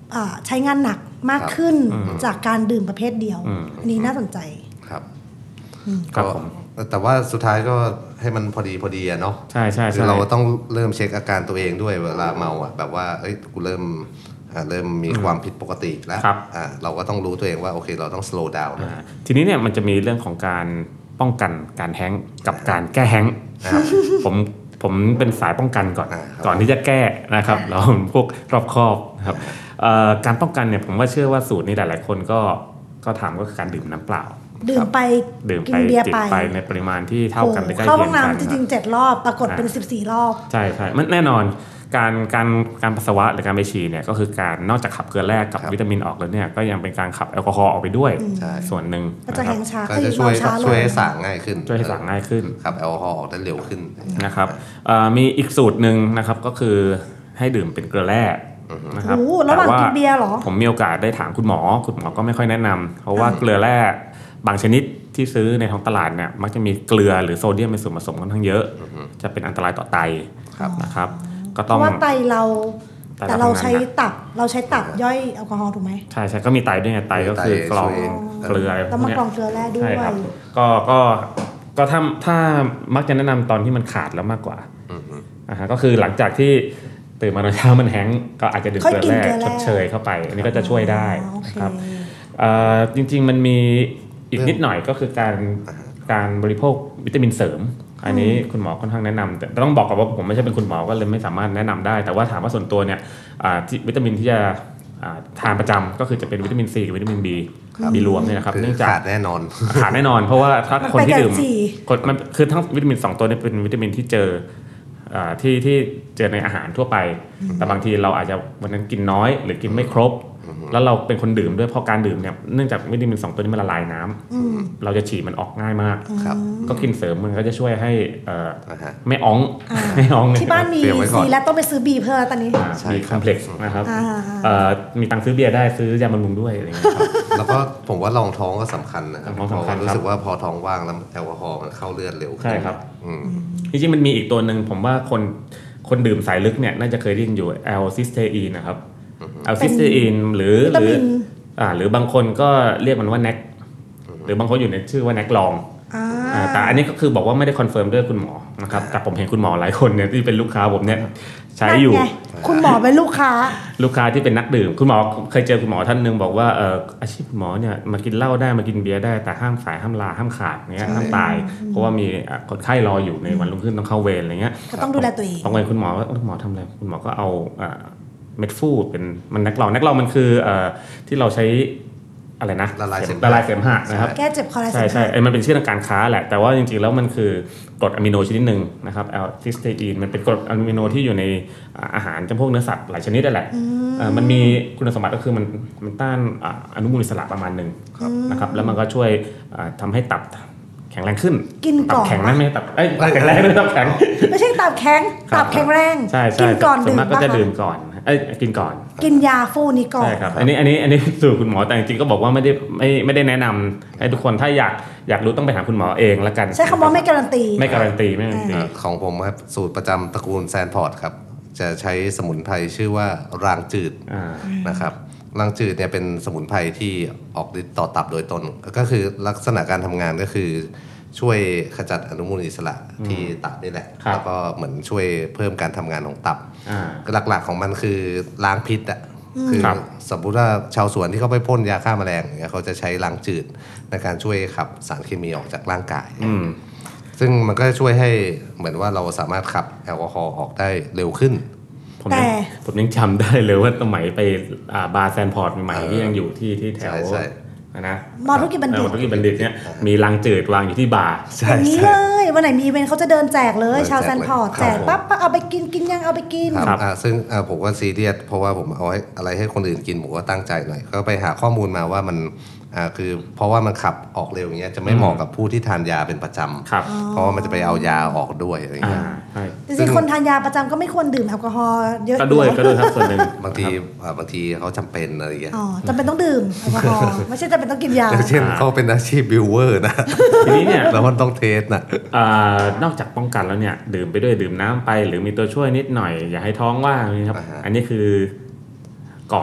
อ่าใช้งานหนักมากขึ้นจากการดื่มประเภทเดียวอันนี้น่าสนใจครับครับผมแต่ว่าสุดท้ายก็ให้มันพอดีพอดีอะเนาะใช่ใช่คือเราต้องเริ่มเช็คอาการตัวเองด้วยเวลาเมาอะแบบว่าเอ้ยกูเริ่มเริ่มมีความผิดปกติแล้วเราก็ต้องรู้ตัวเองว่าโอเคเราต้อง slow down ทีนี้เนี่ยมันจะมีเรื่องของการป้องกันการแฮงก์กับการแก้แฮงก์ผมผมเป็นสายป้องกันก่อนก่อนที่จะแก้นะครับเราพวกรอบคอบนะครับการป้องกันเนี่ยผมว่าเชื่อว่าสูตรนี้หลายๆคนก็ก็ทำก็คือการดื่มน้ำเปล่าดื่มไปดื่มไปจิบไปในปริมาณที่เท่ากันใกล้เคียงกันเข้าห้องน้ำจริงๆเจ็ดรอบปรากฏเป็นสิบสี่รอบใช่ใช่มันแน่นอนการการการปัสสาวะหรือการไปฉี่เนี่ยก็คือการนอกจากขับเกลือแร่กับวิตามินออกแล้วเนี่ยก็ยังเป็นการขับแอลกอฮอล์ออกไปด้วยส่วนหนึ่งก็จะแห้งช้าก็จะช่วยช่วยให้สางง่ายขึ้นช่วยให้สางง่ายขึ้นขับแอลกอฮอล์ออกได้เร็วขึ้นนะครับมีอีกสูตรหนึ่งนะครับก็คือให้ดื่มเป็นเกลือแร่นะครับระหว่างกินเบียร์เหรอผมมีโอกาสได้ถามคุณหมอคุณหมอก็ไม่ค่อยแนะนำเพราะว่าเกลือแร่บางชนิดที่ซื้อในท้องตลาดเนี่ยมักจะมีเกลือหรือโซเดียมเป็นส่วนผสมค่อนข้างเยอะจะเป็นอันตรายต่อไตนะครับก็ต้องเพราะว่าไตเราแต่เราใช้ตับเราใช้ตับย่อยแอลกอฮอล์ถูกไหมใช่ใช่ก็มีไตด้วยไงไตก็คือกรองเกลืออะไรพวกนี้ต้องมากรองเกลือแร่ด้วยก็ก็ก็ถ้าถ้ามักจะแนะนำตอนที่มันขาดแล้วมากกว่าอ่าฮะก็คือหลังจากที่ตื่นมาตอนเช้ามันแห้งก็อาจจะดื่มเกลือแร่ชดเชยเข้าไปอันนี้ก็จะช่วยได้ครับจริงๆมันมีอีกนิดหน่อยก็คือการการบริโภควิตามินเสริมอันนี้คุณหมอค่อนข้างแนะนำแต่ต้องบอกก่อนว่าผมไม่ใช่เป็นคุณหมอก็เลยไม่สามารถแนะนำได้แต่ว่าถามว่าส่วนตัวเนี่ยวิตามินที่จะทานประจำก็คือจะเป็นวิตามินซีกับวิตามินบีบีรวมเนี่ยนะครับเนื่องจากขาดแน่นอนขาดแน่นอนเพราะว่าถ้าคนที่ดื่มคนมันคือทั้งวิตามินสองตัวนี้เป็นวิตามินที่เจอที่ที่เจอในอาหารทั่วไปแต่บางทีเราอาจจะวันนั้นกินน้อยหรือกินไม่ครบแล้วเราเป็นคนดื่มด้วยเพราะการดื่มเนี่ยเนื่องจากวิตามินสองตัวนี้มันละลายน้ำเราจะฉี่มันออกง่ายมากก็กินเสริมมันก็จะช่วยให้ไม่อ้องไม่อ้องที่บ้านมีซีแล้วต้องไปซื้อบีเพิ่มตอนนี้มีคอมเพล็กซ์นะครับมีตังค์ซื้อเบียร์ได้ซื้อยาบำรุงด้วยอะไรเงี้ยครับแล้วก็ผมว่ารองท้องก็สำคัญนะครับเพราะรู้สึกว่าพอท้องว่างแล้วแอลกอฮอล์มันเข้าเลือดเร็วใช่ครับจริงๆมันมีอีกตัวหนึ่งผมว่าคนคนดื่มสายลึกเนี่ยน่าจะเคยได้ยินอยู่แอลซิสเตอีนนะครับแอลซิสเตอีนหรือหรืออ่าหรือบางคนก็เรียกมันว่าแน็กหรือบางคนอยู่ในชื่อว่าแน็กลองแต่อันนี้ก็คือบอกว่าไม่ได้คอนเฟิร์มด้วยคุณหมอนะครับแต่ผมเห็นคุณหมอหลายคนเนี่ยที่เป็นลูกค้าผมเนี่ยใช้อยู่คุณหมอเป็นลูกค้าลูกค้าที่เป็นนักดื่มคุณหมอเคยเจอคุณหมอท่านนึงบอกว่าเอ่ออาชีพหมอเนี่ยมากินเหล้าได้มากินเบียร์ได้แต่ห้ามสายห้ามลาห้ามขาดเงี้ยห้ามตายเพราะว่ามีคนไข้รออยู่ในวันรุ่งขึ้นต้องเข้าเวรอะไรเงี้ยก็ต้องดูแลตัวเองบางวันคุณหมอคุณหมอทำอะไรคุณหมอก็เอาเม็ดฟูเป็นมันนักลองนักลองมันคือเอ่อที่เราใช้อะไรนะละลายเสมละลายเสมหะนะครับแก้เจ็บคอใช่ใช่ไอ้มันเป็นชื่อทางการค้าแหละแต่ว่าจริงๆแล้วมันคือกรดอะมิโนชนิดหนึ่งนะครับแอลซิสเตอีนมันเป็นกรดอะมิโนที่อยู่ในอาหารจำพวกเนื้อสัตว์หลายชนิดนั่นแหละมันมีคุณสมบัติก็คือมันมันต้านอนุมูลอิสระประมาณหนึ่งนะครับแล้วมันก็ช่วยทำให้ตับแข็งแรงขึ้นกินก่อนแข็งนะไม่ตับเอ้ยแข็งแรงไม่ตับแข็งไม่ใช่ตับแข็งตับแข็งแรงกินก่อนดื่มก็จะดื่มก่อนเอ้ยกินก่อนกินยาฟูนี้ก่อนใช่ครับอันนี้อันนี้อันนี้สูตรคุณหมอแต่จริงๆก็บอกว่าไม่ได้ไม่ไม่ได้แนะนำให้ทุกคนถ้าอยากอยากรู้ต้องไปหาคุณหมอเองละกันใช้คำว่าไม่การันตีไม่การันตีไม่การันตีของผมครับสูตรประจำตระกูลแซนพอร์ตครับจะใช้สมุนไพรชื่อว่ารางจืดนะครับรางจืดเนี่ยเป็นสมุนไพรที่ออกฤทธิ์ต่อตับโดยตรงก็คือลักษณะการทำงานก็คือช่วยขจัดอนุมูลอิสระที่ตับนี่แหละแล้วก็เหมือนช่วยเพิ่มการทำงานของตับหลักๆของมันคือล้างพิษอ่ะคือสมมติว่าชาวสวนที่เขาไปพ่นยาฆ่าแมลงเนี่ยเขาจะใช้ล้างจืดในการช่วยขับสารเคมีออกจากร่างกายซึ่งมันก็ช่วยให้เหมือนว่าเราสามารถขับแอลกอฮอล์ออกได้เร็วขึ้นแต่ผมยังจำได้เลยว่าสมัยไปบาร์แซนพอร์ตใหม่ที่ยังอยู่ที่ที่แถวนะมอธุรกิจบัณฑิตมอธุรกิจบัณฑิตเนี่ยมีลังจืดวางอยู่ที่บาร์อย่างนี้เลยวันไหนมีอีเวนต์เขาจะเดินแจกเลยชาวแซนพอร์ตแจกปั๊บเอาไปกินกินยังเอาไปกินครับซึ่งผมก็ซีเรียสเพราะว่าผมเอาอะไรให้คนอื่นกินผมก็ตั้งใจหน่อยก็ไปหาข้อมูลมาว่ามันอ่าคือเพราะว่ามันขับออกเร็วอย่างเงี้ยจะไม่เหมาะกับผู้ที่ทานยาเป็นประจำเพราะว่ามันจะไปเอายาออกด้วยอะไรเงี้ยจริงๆคนทานยาประจำก็ไม่ควรดื่มแอลกอฮอล์เยอะก็ด้วยก็ด้วยครับส่วนหนึ่งบางทีบางทีเขาจำเป็นอะไรเงี้ยอ๋อจำเป็นต้องดื่มแอลกอฮอล์ไม่ใช่จำเป็นต้องกินยาเช่นเขาเป็นอาชีพบิวเวอร์นะทีนี้เนี่ยแล้วมันต้องเทสนะนอกจากป้องกันแล้วเนี่ยดื่มไปด้วยดื่มน้ำไปหรือมีตัวช่วยนิดหน่อยอย่าให้ท้องว่างนะครับอันนี้คือก่อน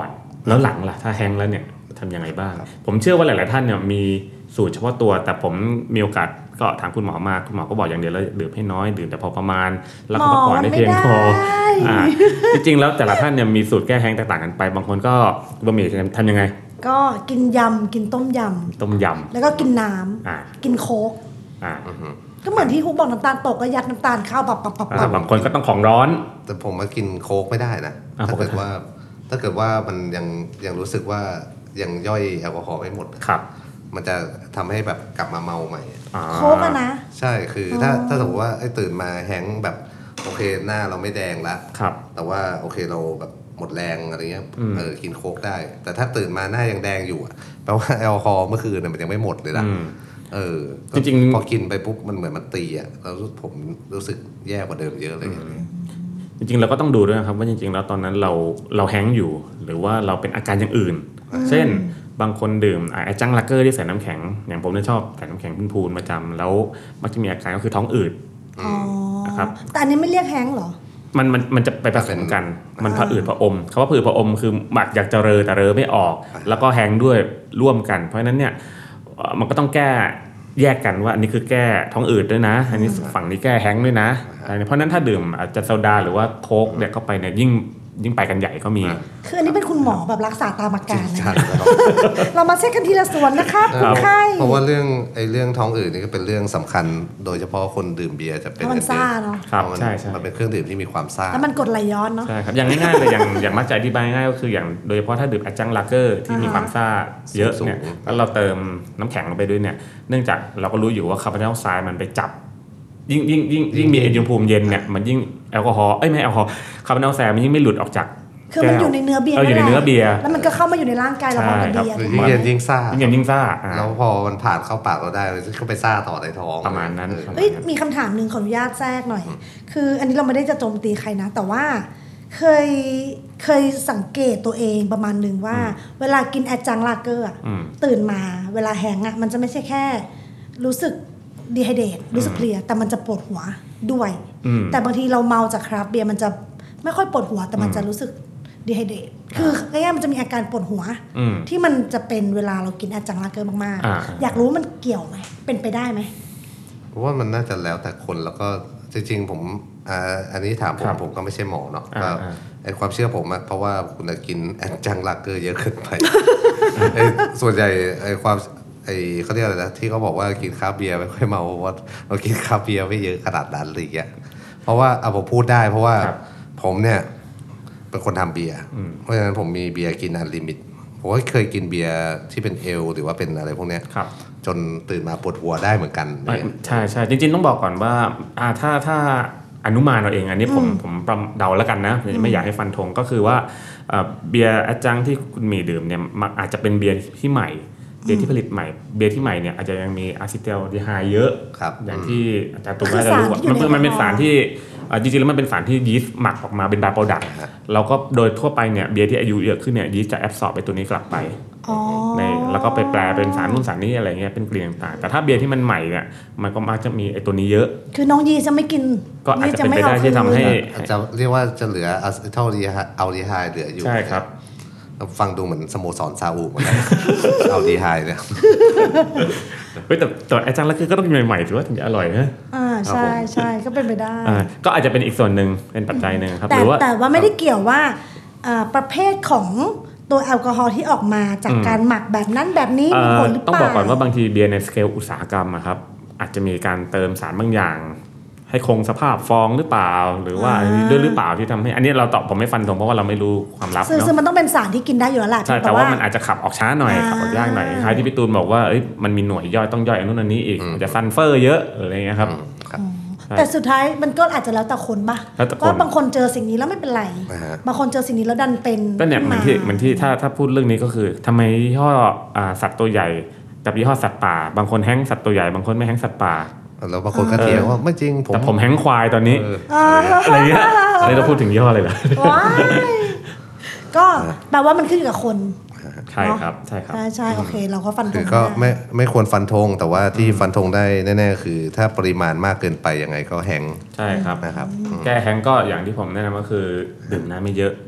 แล้วหลังล่ะถ้าแฮงก์แล้วเนี่ยทำยังไงบ้างผมเชื่อว่าหลายๆท่านเนี่ยมีสูตรเฉพาะตัวแต่ผมมีโอกาสก็ถามคุณหมอมาคุณหมอก็บอกอย่างเดียวแล้วดื่มให้น้อยดื่มแต่พอประมาณแล้วก็พักผ่อนได้เพียงพออ่าจริงๆแล้วแต่ละท่านเนี่ยมีสูตรแก้แฮงก์แตกต่างกันไปบางคนก็บะหมี่ทำยังไงก็กินยำกินต้มยำต้มยำแล้วก็กินน้ำกินโค้กก็เหมือนที่ฮุกบอกน้ำตาลตกก็ยัดน้ำตาลเข้าปับปับปับบางคนก็ต้องของร้อนแต่ผมมากินโค้กไม่ได้นะถ้าเกิดว่าถ้าเกิดว่ามันยังยังรู้สึกว่ายังย่อยแอลกอฮอล์ไม่หมดครับมันจะทำให้แบบกลับมาเมาใหม่โค้กอะนะใช่คือถ้าถ้าสมมติว่าไอ้ตื่นมาแฮงก์แบบโอเคหน้าเราไม่แดงละแต่ว่าโอเคเราแบบหมดแรงอะไรเงี้ยเออกินโค้กได้แต่ถ้าตื่นมาหน้ายังแดงอยู่แปลว่าแอลกอฮอล์เมื่อคืนมันยังไม่หมดเลยนะเออจริงๆพอกินไปปุ๊บมันเหมือนมันตีอ่ะแล้วผมรู้สึกแย่กว่าเดิมเยอะเลยจริงๆเราก็ต้องดูด้วยนะครับว่าจริงๆแล้วตอนนั้นเราเราแฮงก์อยู่หรือว่าเราเป็นอาการอย่างอื่นเช่นบางคนดื่มไอ้จังลักเกอร์ที่ใส่น้ำแข็งอย่างผมเนี่ยชอบใส่น้ำแข็งพูนๆประจำแล้วมักจะมีอาการก็คือท้องอืดนะครับแต่อันนี้ไม่เรียกแฮงก์หรอมันมันมันจะไปผสมกันมันผะอืดผะอมคำว่าผะอืดผะอมคือหมักอยากจะเรอแต่เรอไม่ออกแล้วก็แฮงก์ด้วยร่วมกันเพราะฉะนั้นเนี่ยมันก็ต้องแก้แยกกันว่าอันนี้คือแก้ท้องอืดด้วยนะอันนี้ฝั่งนี้แก้แฮงก์ด้วยนะเพราะนั้นถ้าดื่มอาจจะโซดาหรือว่าโค้กเนี่ยเข้าไปเนี่ยยิ่งยิ่งไปกันใหญ่ก็มีคืออันนี้เป็นคุณหมอแบบรักษาตามอาการนะเรามาเช็คกันทีละส่วนนะครับคุณไข้เพราะว่าเรื่องไอ้เรื่องท้องอืดนี่ก็เป็นเรื่องสำคัญโดยเฉพาะคนดื่มเบียร์จะเป็นมันซ่าเนาะครับใช่ใช่มันเป็นเครื่องดื่มที่มีความซ่าแล้วมันกดไหลย้อนเนาะใช่ครับอย่างง่ายๆเลยอย่างอย่างมักจะอธิบายง่ายก็คืออย่างโดยเฉพาะถ้าดื่มแอดจังลักเกอร์ที่มีความซ่าเยอะเนี่ยแล้วเราเติมน้ำแข็งลงไปด้วยเนี่ยเนื่องจากเราก็รู้อยู่ว่าคาร์บอนไดออกไซด์มันไปจับยิ่งยิ่งยิ่งยิ่งมีอุณหภูมิเย็นเนี่ยมันยิ่งแอลกอฮอล์เอ้ยไม่แอลกอฮอล์คาร์บอนไดออกไซด์มันยิ่งไม่หลุดออกจากคือมันอยู่ในเนื้อเบียร์อยู่ในเนื้อเบียร์แล้วมันก็เข้ามาอยู่ในร่างกายเราพอเป็นเบียร์ยิ่งเย็นยิ่งซ่ายิ่งเย็นยิ่งซ่าแล้วพอมันผ่านเข้าปากเราได้ก็ไปซ่าต่อในท้องประมาณนั้นเอ้ยมีคำถามนึงขออนุญาตแทรกหน่อยคืออันนี้เราไม่ได้จะโจมตีใครนะแต่ว่าเคยเคยสังเกตตัวเองประมาณนึงว่าเวลากินแอดจังลาเกอร์ตื่นมาเวลาแฮงก์อ่ะมันจะไม่ใช่แค่รู้สึกดีไฮเดรตรู้สึกเพลียแต่มันจะปวดหัวด้วยแต่บางทีเราเมาจากคราฟต์เบียร์มันจะไม่ค่อยปวดหัวแต่มันจะรู้สึกดีไฮเดรตคือง่ายๆมันจะมีอาการปวดหัวที่มันจะเป็นเวลาเรากินแอดจังลาเกอร์มากๆอยากรู้มันเกี่ยวไหมเป็นไปได้ไหมเพราะว่ามันน่าจะแล้วแต่คนแล้วก็จริงๆผมอ่าอันนี้ถามผมผมก็ไม่ใช่หมอเนาะก็ไอความเชื่อผมเพราะว่าคุณกินแอดจังลาเกอร์เยอะเกินไปส่วนใหญ่ไอความไอเขาเรียกอะไรนะที่เขาบอกว่ากินคราฟต์เบียร์ไม่ค่อยเมาเพราะว่าเรากินคราฟต์เบียร์ไม่เยอะขนาดนั้นอะไรอย่างเงี้ยเพราะว่าเอาผมพูดได้เพราะว่าผมเนี่ยเป็นคนทำเบียร์เพราะฉะนั้นผมมีเบียร์กินอันลิมิตผมก็เคยกินเบียร์ที่เป็นเอลหรือว่าเป็นอะไรพวกเนี้ยจนตื่นมาปวดหัวได้เหมือนกันใช่ใช่จริงๆต้องบอกก่อนว่าถ้าถ้าอนุมานเราเองอันนี้ผมผมเดาแล้วกันนะไม่อยากให้ฟันธงก็คือว่าเบียร์แอดจังที่คุณมีดื่มเนี่ยอาจจะเป็นเบียร์ที่ใหม่เบียร์ที่ผลิตใหม่เบียร์ที่ใหม่เนี่ยอาจจะยังมีอะซิเทลดีไฮด์เยอะอย่างที่อาจารย์ตุ้มน่าจะรู้ว่ามันมันเป็นสารที่จริงๆแล้วมันเป็นสารที่ยีสต์หมักออกมาเป็นบายโปรดักต์เราก็โดยทั่วไปเนี่ยเบียร์ที่อายุเยอะขึ้นเนี่ยยีสต์จะแอบซอร์บไปตัวนี้กลับไปในแล้วก็ไปแปลเป็นสารนู่นสารนี้อะไรเงี้ยเป็นกลิ่นต่างๆแต่ถ้าเบียร์ที่มันใหม่เนี่ยมันก็มักจะมีไอ้ตัวนี้เยอะคือน้องยีจะไม่กินก็อาจจะเป็นไปได้ที่ทำให้จะเรียกว่าจะเหลืออะซิเทลดีอัลดีไฮด์เหลืออยู่ใช่ครับฟังดูเหมือนสโมสรซาอุเหมือนกันเอาดีไฮเนี่ยเฮ้ยแต่แต่อาจารย์แล้วคือก็ต้องใหม่ๆถือว่าถึงจะอร่อยนะอ่าใช่ใช่ก็เป็นไปได้อ่าก็อาจจะเป็นอีกส่วนหนึ่งเป็นปัจจัยหนึ่งครับหรือว่าแต่ว่าไม่ได้เกี่ยวว่าประเภทของตัวแอลกอฮอล์ที่ออกมาจากการหมักแบบนั้นแบบนี้มีผลหรือเปล่าต้องบอกก่อนว่าบางทีเบียร์ในสเกลอุตสาหกรรมอะครับอาจจะมีการเติมสารบางอย่างให้คงสภาพฟองหรือเปล่าหรือว่าด้วยหรือเปล่าที่ทำให้อันนี้เราตอบผมไม่ฟันธงเพราะว่าเราไม่รู้ความลับเนาะซึ่งมันต้องเป็นสารที่กินได้อยู่แล้วแหละใช่แต่ว่ามันอาจจะขับออกช้าหน่อยขับออกยากหน่อยคล้ายที่พี่ตูนบอกว่าเอ้ยมันมีหน่วยย่อยต้องย่อยอันนู้นอันนี้อีกจะซัลเฟอร์เยอะอะไรเงี้ยครับแต่สุดท้ายมันก็อาจจะแล้วแต่คนป่ะก็บางคนเจอสิ่งนี้แล้วไม่เป็นไรบางคนเจอสิ่งนี้แล้วดันเป็นก็เนี่ยเหมือนที่เหมือนที่ถ้าถ้าพูดเรื่องนี้ก็คือทำไมยี่ห้อสัตว์ตัวใหญ่กับยี่ห้อสัตว์ป่าบางคนแฮงสัตว์ตัวใหญ่บางคนไม่แฮงสัตว์ป่าแล้วบางคนก็เถียงว่าไม่จริงผมแต่ผมแฮงควายตอนนี้อะไรเงี้ยอะไรเราพูดถึงยี่ห้ออะไรล่ะก็แปลว่ามันขึ้นกับคนใช่ครับใช่ครับใช่ใช่โอเคเราก็ฟันธงคือก็ไม่ไม่ควรฟันธงแต่ว่าที่ฟันธงได้แน่ๆคือถ้าปริมาณมากเกินไปยังไงก็แฮงใช่ครับนะครับแก้แฮงก็อย่างที่ผมแนะนำก็คือดื่มน้ำไม่เยอะ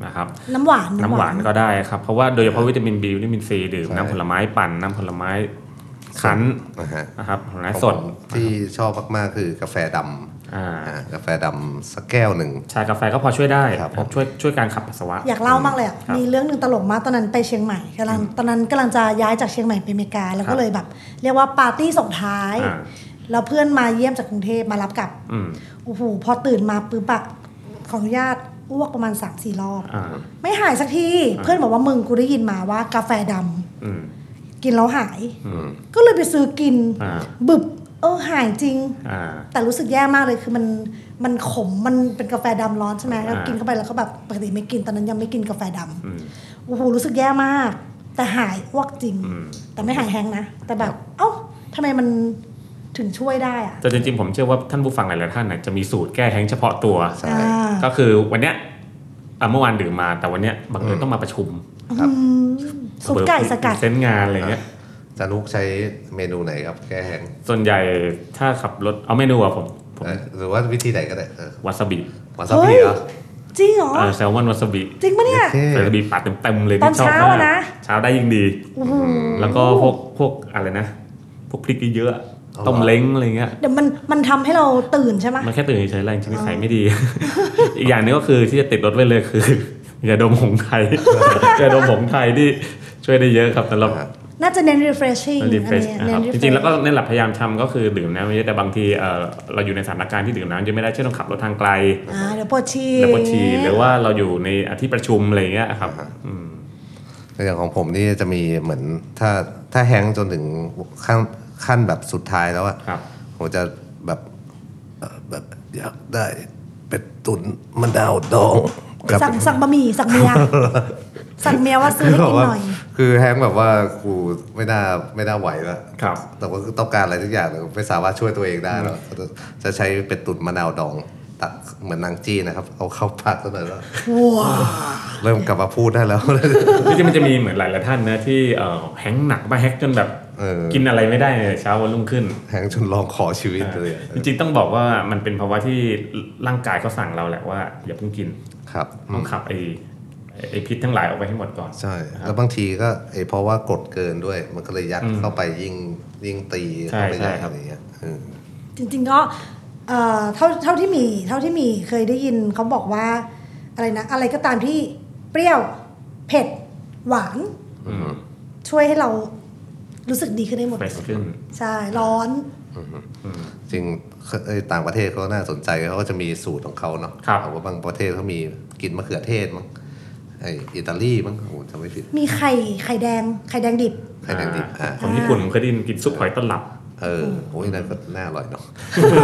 นะครับน้ำหวานน้ำหวานก็ได้ครับเพราะว่าโดยเฉพาะวิตามิน B วิตามิน C ดื่มน้ำผลไม้ปั่นน้ำผลไม้คั้นนะครับผลไม้สดที่ชอบมากๆคือกาแฟดำกาแฟดำสักแก้วหนึ่งชากาแฟก็พอช่วยได้ช่วยช่วยการขับปัสสาวะอยากเล่ามากเลยอ่ะมีเรื่องนึงตลกมากตอนนั้นไปเชียงใหม่กำลังตอนนั้นกำลังจะย้ายจากเชียงใหม่ไปอเมริกาแล้วก็เลยแบบเรียกว่าปาร์ตี้ส่งท้ายแล้วเพื่อนมาเยี่ยมจากกรุงเทพมารับกลับโอ้โหพอตื่นมาปุ๊บอะขออนุญาตอ้วกประมาณ สามสี่ รอบไม่หายสักทีเพื่อนบอกว่ามึงกูได้ยินมาว่ากาแฟดำกินแล้วหายก็เลยไปซื้อกินบึบเออหายจริงแต่รู้สึกแย่มากเลยคือมันมันขมมันเป็นกาแฟดำร้อนใช่ไหมแล้วกินเข้าไปแล้วก็แบบปกติไม่กินตอนนั้นยังไม่กินกาแฟดำโอ้โหรู้สึกแย่มากแต่หายอ้วกจริงแต่ไม่หายแฮงนะแต่แบบเอ้าทำไมมันถึงช่วยได้อะแต่จริงๆผมเชื่อว่าท่านผู้ฟังหลายๆท่านน่ะจะมีสูตรแก้แห้งเฉพาะตัวก็คือวันเนี้ยเมื่อวานดื่มมาแต่วันเนี้ยบังเอิญต้องมาประชุมสูตรไก่สกัดเซนงานอะไรเงี้ยจะลูกใช้เมนูไหนครับแก้แห้งส่วนใหญ่ถ้าขับรถเอาเมนูอะผมหรือว่าวิธีไหนก็ได้วาซาบิวาซาบิเหรอจริงเหรอแซลมอนวาซาบิจริงปะเนี่ยวาซาบิปาดเต็มๆเลยตอนเช้านะเช้าได้ยิ่งดีแล้วก็พวกพวกอะไรนะพวกพริกเยอะต้มเล้งอะไรเงี้ยเดี๋ยวมันมันทำให้เราตื่นใช่ไหมมันแค่ตื่นเฉยๆอะไรจริงๆนิสัยไม่ดีอีกอย่างนึงก็คือที่จะติดรถไว้เลยคือยาดมหงส์ไทยยาดมหงส์ไทยที่ช่วยได้เยอะครับแต่เราน่าจะเน้น refreshing อันนี้จริงๆแล้วก็เน้นหลับพยายามทำก็คือดื่มน้ำเยอะแต่บางทีเราอยู่ในสถานการณ์ที่ดื่มน้ำเยอะไม่ได้เช่นต้องขับรถทางไกลเดี๋ยวปวดฉี่เดี๋ยวปวดฉี่หรือว่าเราอยู่ในที่ประชุมอะไรเงี้ยครับอย่างของผมนี่จะมีเหมือนถ้าถ้าแห้งจนถึงขั้นขั้นแบบสุดท้ายแล้วอะผมจะแบบแบบอยากได้เป็ดตุ๋นมะนาวดองสั่งสั่งบะหมี่สั่งเมียสั่งเมียว่าซื้อให้กินหน่อยคือแห้งแบบว่ากูไม่น่าไม่น่าไหวแล้วแต่ว่าต้องการอะไรทุกอย่างไม่สามารถช่วยตัวเองได้แล้วจะใช้เป็ดตุ๋นมะนาวดองตักเหมือนนางจี้นะครับเอาเข้าปากซะหน่อยแล้วเริ่มกลับมาพูดได้แล้วจริงๆมันจะมีเหมือนหลายๆท่านนะที่แห้งหนักมาแฮกจนแบบกินอะไรไม่ได้เช้าวันรุ่งขึ้นแห้งจนลองขอชีวิตเลยจริงๆต้องบอกว่ามันเป็นภาวะที่ร่างกายเขาสั่งเราแหละว่าอย่าเพิ่งกินครับต้องขับไอ้ไอ้พิษทั้งหลายออกไปให้หมดก่อนใช่แล้วบางทีก็ไอ้เพราะว่ากดเกินด้วยมันก็เลยยัดเข้าไปยิ่งยิ่งตีเข้าไปใหญ่อะไรเงี้ยจริงๆก็เท่าเท่าที่มีเท่าที่มีเคยได้ยินเขาบอกว่าอะไรนะอะไรก็ตามที่เปรี้ยวเผ็ดหวานช่วยให้เรารู้สึกดีขึ้นได้หมดใช่ร้อนจริงต่างประเทศเขาน่าสนใจเขาก็จะมีสูตรของเขาเนาะว่าบางประเทศเขามีกินมะเขือเทศมั้งไออิตาลีมั้งผมจำไม่ผิดมีไข่ไข่แดงไข่แดงดิบไข่แดงดิบของญี่ปุ่นผมเคยได้กินซุปหอยตลับเออโอ้ยนั่นก็น่าอร่อยเนาะ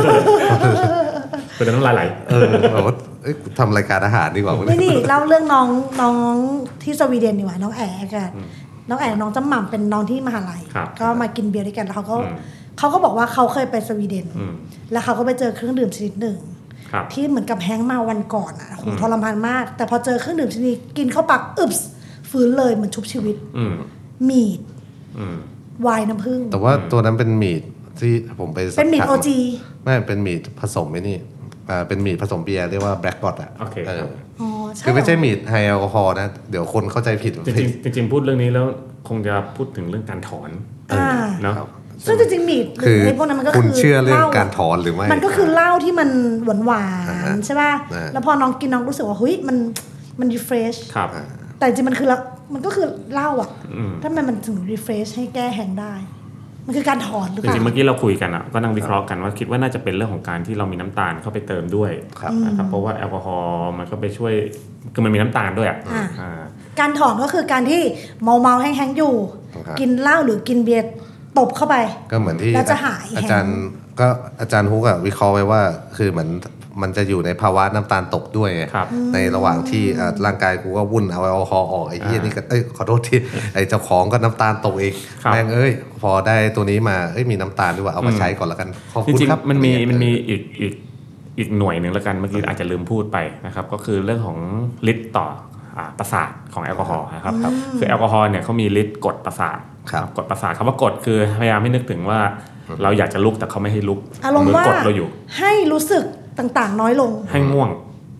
เป็นน้ำลายไหลเออแบบว่าทำรายการอาหารดีกว่านี่นี่เล่าเรื่องน้องน้องที่สวีเดนดีกว่าน้องแอ๋กันน้องแอ๋น้องจำหม่ำเป็นน้องที่มหาลัยก็มากินเบียร์ด้วยกันแล้วเขาก็เขาก็บอกว่าเขาเคยไปสวีเดนแล้วเขาก็ไปเจอเครื่องดื่มชนิดหนึ่งที่เหมือนกับแฮงมาวันก่อนอ่ะโหทรมานมากแต่พอเจอเครื่องดื่มชนิดกินเข้าปากอึบฟื้นเลยเหมือนชุบชีวิตมีดวายน้ำผึ้งแต่ว่าตัวนั้นเป็นมีดที่ผมไปเป็นมีดโอจีไม่เป็นมีดผสมไอ้นี่อ่าเป็นมีดผสมเบียร์เรียกว่าแบล็กบอทอ่ะโอเคอ๋อใช่คือไม่ใช่มีดไฮแอลกอฮอล์นะเดี๋ยวคนเข้าใจผิดจริงจริงพูดเรื่องนี้แล้วคงจะพูดถึงเรื่องการถอนเนาะซึ่งจริงๆมีดหรือไอ้พวกนั้นมันก็คือคุณเชื่อเรื่องการถอนหรือไม่มันก็คือเหล้าที่มันหวานหวานใช่ป่ะแล้วพอน้องกินน้องรู้สึกว่าเฮ้ยมันมันรีเฟรชแต่จริงมันคือมันก็คือเหล้าอ่ะถ้ามันมันถึงรีเฟรชให้แก้แห้งได้มันคือการถอนหรือเปล่าจริงๆเมื่อกี้เราคุยกันอ่ะก็นั่งวิเคราะห์กันว่าคิดว่าน่าจะเป็นเรื่องของการที่เรามีน้ำตาลเข้าไปเติมด้วยนะครับเพราะว่าแอลกอฮอล์มันก็ไปช่วยคือมันมีน้ำตาลด้วยอ่ะการถอนก็คือการที่เมาเมาแห้งๆอยู่กินเหล้าหรือกินเบียร์ตบเข้าไปก็เหมือนที่อาจารย์ก็อาจารย์ฮุกอะวิเคราะห์ไว้ว่าคือเหมือนมันจะอยู่ในภาวะน้ำตาลตกด้วยในระหว่างที่ร่างกายกูก็วุ่นเอาแอลกอฮอล์ออกไอ้ที่นี่ก็เอ้ยขอโทษที่ไอ้เจ้าของก็น้ำตาลตกเองแม่งเอ้ยพอได้ตัวนี้มาเอ้ยมีน้ำตาลด้วยว่าเอามาใช้ก่อนแล้วกันขอบคุณครับมันมีมันมีอีกอีกอีกหน่วยหนึ่งแล้วกันเมื่อกี้อาจจะลืมพูดไปนะครับก็คือเรื่องของฤทธิ์ต่อประสาทของแอลกอฮอล์นะครับคือแอลกอฮอล์เนี่ยเขามีฤทธิ์กดประสาทกดประสาทคำว่ากดคือพยายามให้นึกถึงว่าเราอยากจะลุกแต่เขาไม่ให้ลุกอารมณ์ว่าเราอยู่ให้รู้สึกต่างๆน้อยลงให้ง่วง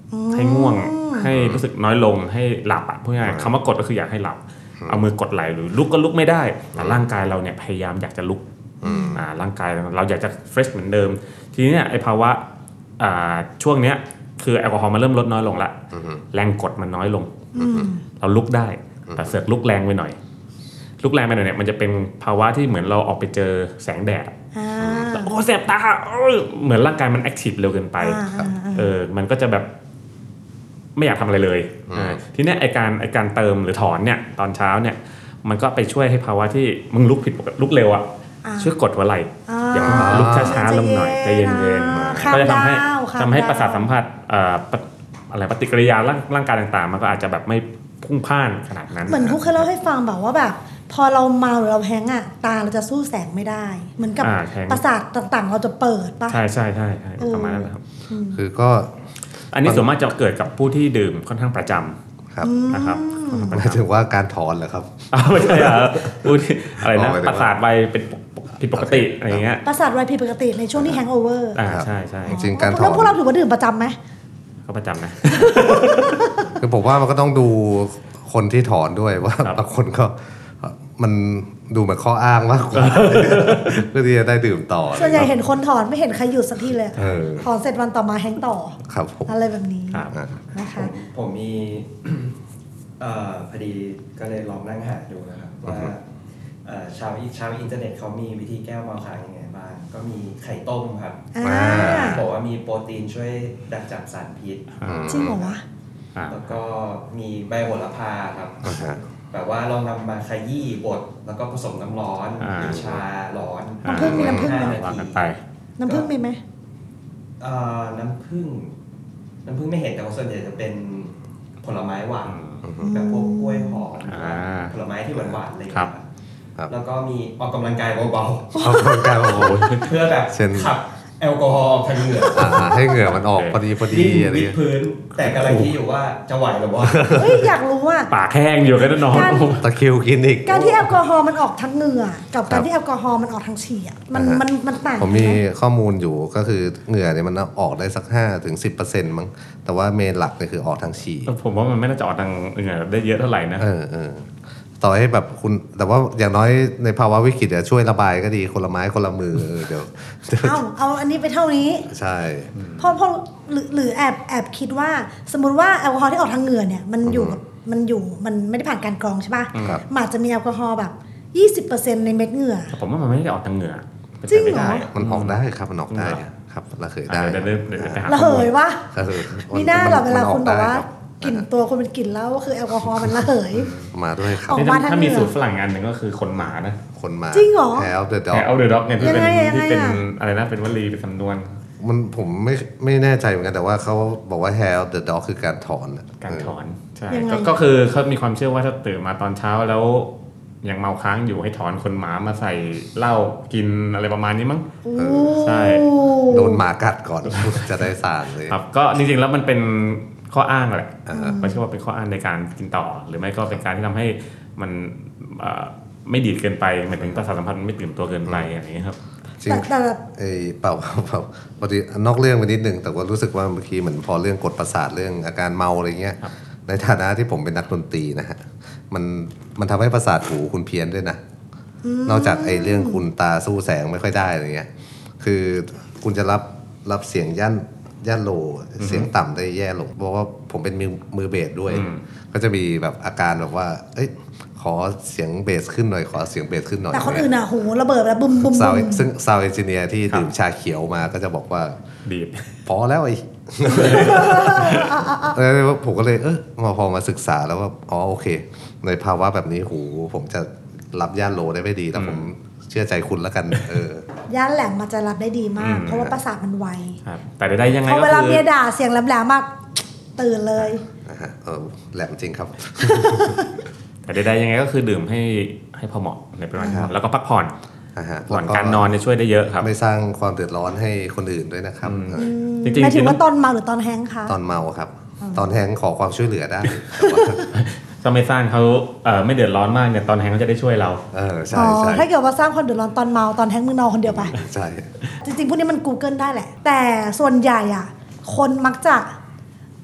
ให้ง่วงให้รู้สึกน้อยลงให้หลับอ่ะพูดง่ายๆคำว่ากดก็คืออยากให้หลับเอามือกดไหล่หรือลุกก็ลุกไม่ได้แต่ร่างกายเราเนี่ยพยายามอยากจะลุกอ่าร่างกายเราอยากจะเฟรชเหมือนเดิมทีนี้เนี่ยไอ้ภาวะอ่าช่วงเนี้ยคือแอลกอฮอล์มันเริ่มลดน้อยลงละแรงกดมันน้อยลงเราลุกได้แต่เสือกลุกแรงไปหน่อยลุกแรงไปหน่อยเนี่ยมันจะเป็นภาวะที่เหมือนเราออกไปเจอแสงแดดโอ้แสบตาเหมือนร่างกายมันแอคทีฟเร็วเกินไปเออมันก็จะแบบไม่อยากทำอะไรเลยทีนี้ไอการไอการเติมหรือถอนเนี่ยตอนเช้าเนี่ยมันก็ไปช่วยให้ภาวะที่มึงลุกผิดปกติลุกเร็วอ่ะช่วยกดหัวไหล่อย่าลุกช้าๆลงหน่อยใจเย็นๆก็จะทำให้ทำให้ประสาทสัมผัสอะไรปฏิกิริยาร่างกายต่างๆมันก็อาจจะแบบไม่พุ่งพ่านขนาดนั้นเหมือนเขาเคยเล่าให้ฟังแบบว่าแบบพอเราเมาหรือเราแฮงอ่ะตาเราจะสู้แสงไม่ได้เหมือนกับประสาทต่างๆเราจะเปิดป่ะใช่ใช่ใช่ประมาณนั้นแหละครับคือก็อันนี้ส่วนมากจะเกิดกับผู้ที่ดื่มค่อนข้างประจำครับนะครับหมายถึงว่าการถอนเหรอครับไม่ใช่อ่ะผู้ที่อะไรนะประสาทไวเป็นผิดปกติอะไรเงี้ยประสาทไวผิดปกติในช่วงที่แฮงโอเวอร์อ่าใช่ใช่จริงๆการถอนแล้วพวกเราถือว่าดื่มประจำไหมก็ประจำนะคือผมว่ามันก็ต้องดูคนที่ถอนด้วยว่าบางคนก็มันดูเหมือนข้ออ้างมากกว่าเพื่อที่จะได้ดื่มต่อส่วนใหญ่เห็นคนถอนไม่เห็นใครหยุดสักทีเลยถอนเสร็จวันต่อมาแฮงต่อครับอะไรแบบนี้นะคะผมมีพอดีก็เลยลองนั่งหาดูนะครับว่าชาวชาวอินเทอร์เน็ตเขามีวิธีแก้เมาค้างยังไงบ้างก็มีไข่ต้มครับบอกว่ามีโปรตีนช่วยดักจับสารพิษจริงเหรอวะแล้วก็มีใบโหระพาครับแบบว่าลองนำมาขยี้บดแล้วก็ผสมน้ำร้อนหรือชาร้อนน้ำผึ้งมีน้ำผึ้งไหมน้ำผึ้งมีไหมน้ำผึ้งน้ำผึ้งไม่เห็นแต่ว่าส่วนใหญ่จะเป็นผลไม้หวานแบบพวกกล้วยหอมผลไม้ที่หวานๆเลยครับแล้วก็มีออกกำลังกายเบาๆออกกำลังกายเบาๆเพื่อแบบขับแอลกอฮอล์ทางเหงื่อให้เหงื่อมันออกพอดีพอดีอะไรวิดพื้นแต่กำลังคิดอยู่ว่าจะไหวหรือว่าเฮ้ยอยากรู้ว่าปากแห้งอยู่กันน้องตะคริวกินอีกการที่แอลกอฮอล์มันออกทางเหงื่อกับการที่แอลกอฮอล์มันออกทางฉี่อ่ะมันมันมันต่างผมมีข้อมูลอยู่ก็คือเหงื่อเนี่ยมันออกได้สัก ห้าถึงสิบเปอร์เซ็นต์ มั้งแต่ว่าเมนหลักเนี่ยคือออกทางฉี่ผมว่ามันไม่น่าจะออกทางเหงื่อได้เยอะเท่าไหร่นะเออเออต่อให้แบบคุณแต่ว่าอย่างน้อยในภาวะวิกฤตช่วยระบายก็ดีคนละไม้คนละมือเดี๋ยวเอาเอาอันนี้ไปเท่านี้ใช่เพราะเพราะหรือหรือแอบแอบคิดว่าสมมุติว่าแอลกอฮอล์ที่ออกทางเหงื่อเนี่ยมันอยู่มันอยู่มันไม่ได้ผ่านการกรองใช่ป่ะมันอาจจะมีแอลกอฮอล์แบบ ยี่สิบเปอร์เซ็นต์ ในเม็ดเหงื่อผมว่ามันไม่ได้ออกทางเหงื่อจริงเหรอมันออกได้ครับมันออกได้ครับระเหยได้ระเหยวะมีหน้าเหรอเวลาคุณบอกว่ากลิ่นตัวคนเป็นกลิ่นแล้วก็คือแอลกอฮอล์มันระเหยมาด้วยครับถ้ามีสูตรฝรั่งอันหนึ่งก็คือคนหมานะคนหมาจริงเหรอแฮลเดอะด็อกแฮลเดอะด็อกเนี่ยที่เป็นที่เป็นอะไรนะเป็นวลีเป็นสำนวนมันผมไม่ไม่แน่ใจเหมือนกันแต่ว่าเขาบอกว่า hair the dog คือการถอนการถอนใช่ก็คือเขามีความเชื่อว่าถ้าตื่นมาตอนเช้าแล้วยังเมาค้างอยู่ให้ถอนขนหมามาใส่เหล้ากินอะไรประมาณนี้มั้งใช่โดนหมากัดก่อนจะได้สารเลยครับก็จริงๆแล้วมันเป็นข้ออ้างแหละไม่ใช่ว่าเป็นข้ออ้างในการกินต่อหรือไม่ก็เป็นการที่ทำให้มันไม่ดีดเกินไปหมายถึงประสาทสัมผัสไม่ตื่นตัวเกินไปอย่างนี้ครับจริงไอ้เปล่าเปล่าพอดีนอกเรื่องไปนิดนึงแต่ว่ารู้สึกว่าเมื่อกี้เหมือนพอเรื่องกดประสาทเรื่องอาการเมาอะไรเงี้ยในฐานะที่ผมเป็นนักดนตรีนะฮะมันมันทำให้ประสาทหูคุณเพี้ยนด้วยนะนอกจากไอ้เรื่องคุณตาสู้แสงไม่ค่อยได้อะไรเงี้ยคือคุณจะรับรับเสียงย่านย่านโลเสียงต่ำได้แย่ลงเพราะว่าผมเป็นมือมือเบสด้วยก็จะมีแบบอาการแบบว่าเอ้ยขอเสียงเบสขึ้นหน่อยขอเสียงเบสขึ้นหน่อยแต่คนอื่นอ่ะโหระเบิดแล้วบึ้มบึ้มซึ่งซาวด์เอนจิเนียร์ที่ดื่มชาเขียวมาก็จะบอกว่าดีดพอแล้วไอ้แล้วผมก็เลยเออมาพอมาศึกษาแล้วว่าอ๋อโอเคในภาวะแบบนี้หูผมจะรับย่านโลได้ไม่ดีแต่ผมเชื่อใจคุณแล้วกันเออย่านแหลมมันจะรับได้ดีมากเพราะว่าประสาทมันไวแต่ได้ยังไงก็คือพอเวลาเมียด่าเสียงแหลมๆมากตื่นเลยเออแหลมจริงครับแต่ได้ยังไงก็คือดื่มให้ให้พอเหมาะในปริมาณแล้วก็พักผ่อนผ่อนการนอนจะช่วยได้เยอะครับไม่สร้างความเดือดร้อนให้คนอื่นด้วยนะครับจริงๆหมายถึงว่าตอนเมาหรือตอนแฮงค์คะตอนเมาครับตอนแฮงค์ขอความช่วยเหลือได้ถ้าไม่สร้างเขาไม่เดือดร้อนมากเนี่ยตอนแฮงค์เขาจะได้ช่วยเราเออใช่ใช่ถ้าเกิดว่าสร้างความเดือดร้อนตอนเมาตอนแฮงค์มึงนอนคนเดียวไปใช่จริงๆพวกนี้มัน Google ได้แหละแต่ส่วนใหญ่อ่ะคนมักจะ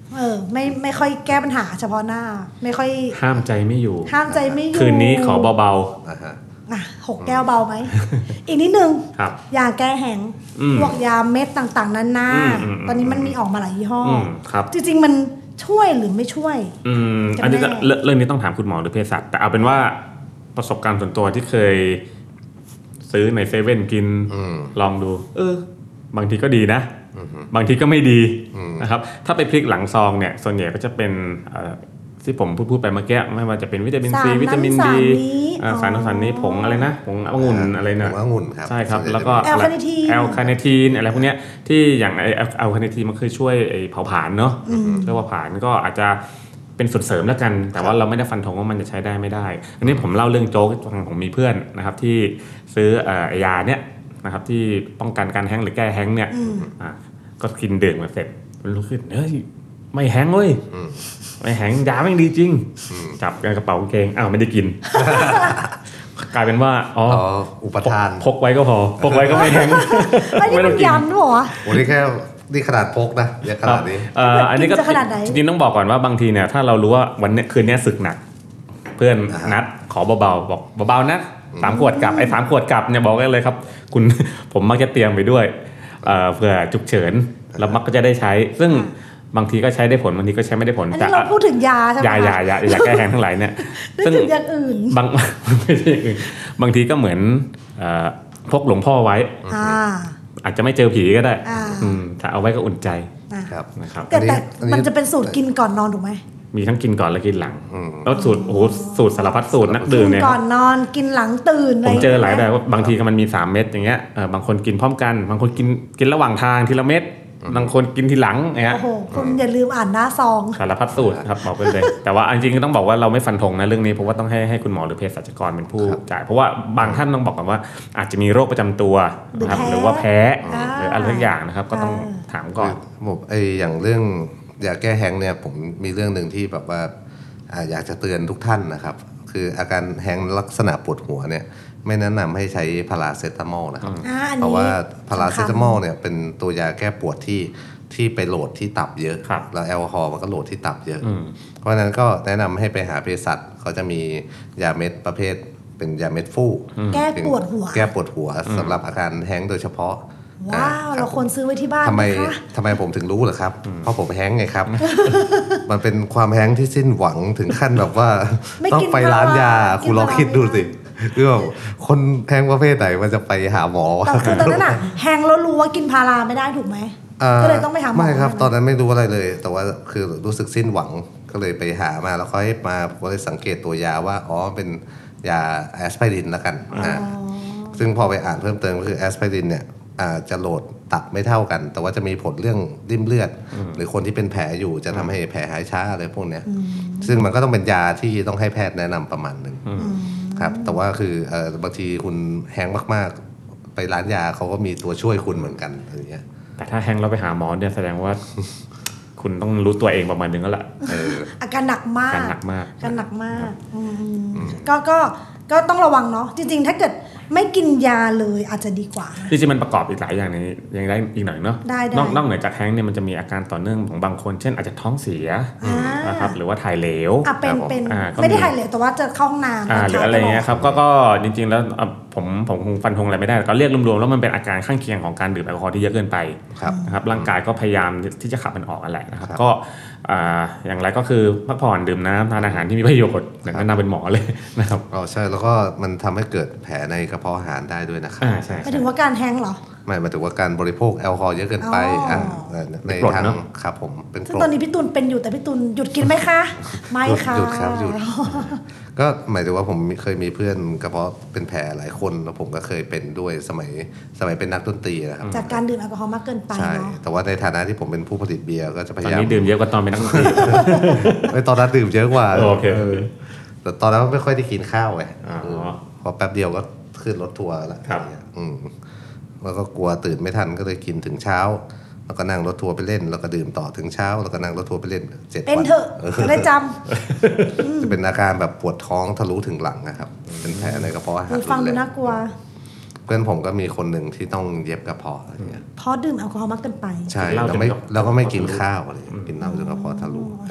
เออไม่ไม่ค่อยแก้ปัญหาเฉพาะหน้าไม่ค่อยห้ามใจไม่อยู่ห้ามใจไม่อยู่คืนนี้ขอเบาอ่าฮะอ่ะหกแก้วเบาไหม อีกนิดนึงครับยาแก้แห้งอืมพวกยาเม็ดต่างๆนานาอืมอืมตอนนี้มันมีออกมาหลายยี่ห้ออมครับจริงๆมันช่วยหรือไม่ช่วยๆอืมกันอันนี้ก็แน่เรื่องเรื่องนี้ต้องถามคุณหมอหรือเภสัชแต่เอาเป็นว่าประสบการณ์ส่วนตัวที่เคยซื้อในเซเว่นกินอืมลองดู เออ บางทีก็ดีนะ บางทีก็ไม่ดีนะครับ ถ้าไปพลิกหลังซองเนี่ย ส่วนใหญ่ก็จะเป็นเอ่อที่ผมพูดพูดไปเมื่อกี้ไม่ว่าจะเป็นวิตามินซีสารนั้นวิตามินสารดีนี้อ่าสารนั้นสารนี้ผงอะไรนะผงองุ่นอะไรผนะงองุ่นครับใช่ครับส่วนใหญ่แล้วก็แอลคาเนทีนแอลคาเนทีนอะไรพวกเนี้ยที่อย่างไอแอลคาเนทีนมันคือช่วยไอเผาผลาญเนาะเรียกว่าผลาญก็อาจจะเป็นสุดเสริมแล้วกัน แต่ว่าเราไม่ได้ฟันธงว่ามันจะใช้ได้ไม่ได้ อันนี้ผมเล่าเรื่องโจ๊กผมมีเพื่อนนะครับที่ซื้อเอ่อยาเนี้ยนะครับที่ป้องกันการแฮ้งก์หรือแก้แฮ้งก์เนี่ยอ่าก็กินดื่มมาเสร็จมันรู้ขึ้นเฮ้ยไม่แฮ้งก์เว้ยไม่แฮ้งก์ยาแม่งดีจริงจับกระเป๋ากางเกงอ้าวไม่ได้กิน กลายเป็นว่าอ๋ออ๋ออุปทานพกไว้ก็พอพกไว้ก็ไม่แห้งไม่ได้เป็นยันหรอวะโอ้นี่แค่นี่ขนาดพกนะเยอะขนาดนี้เอ่ออันนี้ก็กินจะขนาดไหนจริงๆต้องบอกก่อนว่าบางทีเนี่ยถ้าเรารู้ว่าวันเนี้ยคืนเนี้ยศึกหนัก เพื่อนนัดขอเบาๆบอกเบาๆนะสามขวดกลับไอ้สามขวดกลับเนี่ยบอกได้เลยครับคุณ ผมมักจะเตรียมไปด้วยเอ่อเผื่อฉุกเฉินแล้วมักก็จะได้ใช้ ซึ่งบางทีก็ใช้ได้ผลบางทีก็ใช้ไม่ได้ผลอันนี้เราพูดถึงยาใช่ไหมยายายายาแก้แห้งทั้งหลายเนี่ยนึกถึงอย่างอื่นบาง ไม่ใช่อย่างอื่นบางทีก็เหมือนเอ่อพกหลวงพ่อไว้อ่าอาจจะไม่เจอผีก็ได้อ่าอืมแต่เอาไว้ก็อุ่นใจอ่าครับนะครับแต่แต่อันนี้มันจะเป็นสูตรกินก่อนนอนถูกไหมมีทั้งกินก่อนและกินหลังแล้วสูตรโอ้โหสูตรสารพัดสูตรนักดื่กิมนเนี่ยก่อนนอนกินหลังตื่นผมเจอหลายะแบไรบว่าบางทีก็มันมีสามเม็ดอย่างเงี้ยเออบางคนกินพร้อมกันบางคนกินกินระหว่างทางทีละเม็ดบางคนกินทีหลังอย่างเงี้ยโอ้โหคุณอย่าลืมอ่านหน้าซองสารพัดสูตรครับบอกไปเลย แต่ว่าจริงๆต้องบอกว่าเราไม่ฟันธงนะเรื่องนี้เพราะว่าต้องให้ให้คุณหมอหรือเภสัชกรเป็นผู้จ่ายเพราะว่าบางท่านต้องบอกกันว่าอาจจะมีโรคประจำตัวนะครับหรือว่าแพ้หรืออะไรทุกอย่างนะครับก็ต้องถามก่อนผมไออย่างเรื่องยาแก้แห้งก์เนี่ยผมมีเรื่องหนึ่งที่แบบว่าอ่าอยากจะเตือนทุกท่านนะครับ คืออาการแห้งก์ลักษณะปวดหัวเนี่ยไม่แนะนำให้ใช้พาราเซตามอลนะครับอ่าอันนี้เพราะว่าพาราเซตามอลเนี่ยเป็นตัวยาแก้ปวดที่ที่ไปโหลดที่ตับเยอะครับแล้วแอลกอฮอล์มันก็โหลดที่ตับเยอะอืมเพราะฉะนั้นก็แนะนำให้ไปหาเภสัชเขาจะมียาเม็ดประเภทเป็นยาเม็ดฟู่แก้ปวดหัวแก้ปวดหัวสำหรับอาการแห้งก์โดยเฉพาะว้าวอ่เราควรซื้อไว้ที่บ้านทำไมนะคะทำไมผมถึงรู้เหรอครับ เพราะผมแห้งก์ไงครับ มันเป็นความแห้งก์ที่สิ้นหวังถึงขั้นแบบว่าไม่ต้องกินไปร้านยาพาราคุณลองกินพาราคิดดูสิคือแบบคนแห้งก์ประเภทไหนมันจะไปหาหมอวะแต่คือตอนนั้นอะแฮงแล้วรู้ว่ากินพาราไม่ได้ถูกไหมอ่าก็เลยต้องไปหาหมอไม่ครับใช่ไหมตอนนั้นไม่รู้อะไรเลย แต่ว่าคือรู้สึกสิ้นหวังก็เลยไปหามาแล้วก็ให้มาผมก็เลยสังเกตตัวยาว่าอ๋อเป็นยาแอสไพรินแล้วกันอ่าซึ่งพอไปอ่านเพิ่มเติมก็คือแอสไพรินเนี่ยอ่าจะโหลดตับไม่เท่ากัน แต่ว่าจะมีผลเรื่องริ่มเลือด หรือคนที่เป็นแผลอยู่จะทำให้แผลหายช้าอะไรพวกเนี้ยซึ่งมันก็ต้องเป็นยาที่ต้องให้แพทย์แนะนำประมาณหนึ่งครับแต่ว่าคือเอ่อบางทีคุณแห้งมากๆ ไปร้านยาเขาก็มีตัวช่วยคุณเหมือนกันอะไรเงี้ยแต่ถ้าแห้งเราไปหาหมอเนี่ยแสดงว่า คุณต้องรู้ตัวเองประมาณนึงแล้วล่ะเอออาการหนักมากอาการหนักมากอาการหนักมากอืมก็ก็ก็ต้องระวังเนาะจริงๆ ถ้าเกิดไม่กินยาเลยอาจจะดีกว่าจริงๆมันประกอบอีกหลายอย่างในยังได้อีกหน่อยเนาะได้ได้นอกนอกเหนือจากแฮงก์เนี่ยมันจะมีอาการต่อเนื่องของบางคน เช่นอาจจะท้องเสียอ่านนะครับหรือว่าถ่ายเหลวอ่ะเป็นครับผมเป็นอ่าก็ไม่ได้ถ่ายเหลวแต่ว่าจะเข้าห้องน้ำอ่าหรืออะไรเงี้ยครับก็ก็จริงๆแล้วอ่ะผมผมคงฟันธงอะไรไม่ได้แต่ก็เรียกรวมๆแล้วมันเป็นอาการข้างเคียงของการดื่มแอลกอฮอล์ที่เยอะเกินไปครับนะครับร่างกายก็พยายามที่จะขับมันออกอะไรนะครับครับก็อ่าอย่างไรก็คือพักผ่อนดื่มน้ำทานอาหารที่มีประโยชน์อย่างนั้นนำเป็นหมอเลยนะครับอ๋อใช่แล้วก็มันทำให้เกิดแผลในกระเพาะอาหารได้ด้วยนะครับอ่าใช่หมายถึงว่าการแฮงก์เหรอไม่หมายถึงว่าการบริโภคแอลกอฮอล์เยอะเกินไปอ๋ออ่าในทางครับผมเป็นกซึ่งรตอนดนี้พี่ตูนเป็นอยู่แต่พี่ตูนหยุดกินไหมคะ ไม่ค่ะหยุดครับหยุด ก็หมายถึงว่าผมเคยมีเพื่อนกระเพาะเป็นแผลหลายคนแล้วผมก็เคยเป็นด้วยสมัยสมัยเป็นนักดนตรีนะครับจากการดื่มแอลกอฮอล์มากเกินไปใช่เนาะแต่ว่าในฐานะที่ผมเป็นผู้ผลิตเบียร์ก็จะพตอนยายามนี้ดื่มเยอะกว่าตอนเป็นนักดนตรีเอ้ยตอนนั้นดื่มเยอะกว่าโอเคแต่ตอนนั้นไม่ค่อยได้กินข้าวไงอ๋อเออพอแป๊บเดียวก็ขึ้นรถทัวร์แล้วครับอะไรเงี้ยอืมแล้วก็กลัวตื่นไม่ทันก็เลยกินถึงเช้า แล้วก็นั่งรถทัวร์ไปเล่น แล้วก็ดื่มต่อถึงเช้า แล้วก็นั่งรถทัวร์ไปเล่นเจ็ดเป็นวันเถอะจะได้จจะเป็นอาการแบบปวดท้องทะลุถึงหลังนะครับ เป็นแผลในกระเพาะอาำหาดูรฟังดูรุนแรน่ากลัวเพื่อนผมก็มีคนหนึ่งที่ต้องเย็บกระเพาะอะไรเงี้ยเพราะดื่มแอลกอฮอล์มากเกินไปใช่เหล้าแล้วไม่จนกระเพาะแล้วก็ไม่กินข้าวอะไรเงี้ยกินเหล้าจนกระเพาะทะ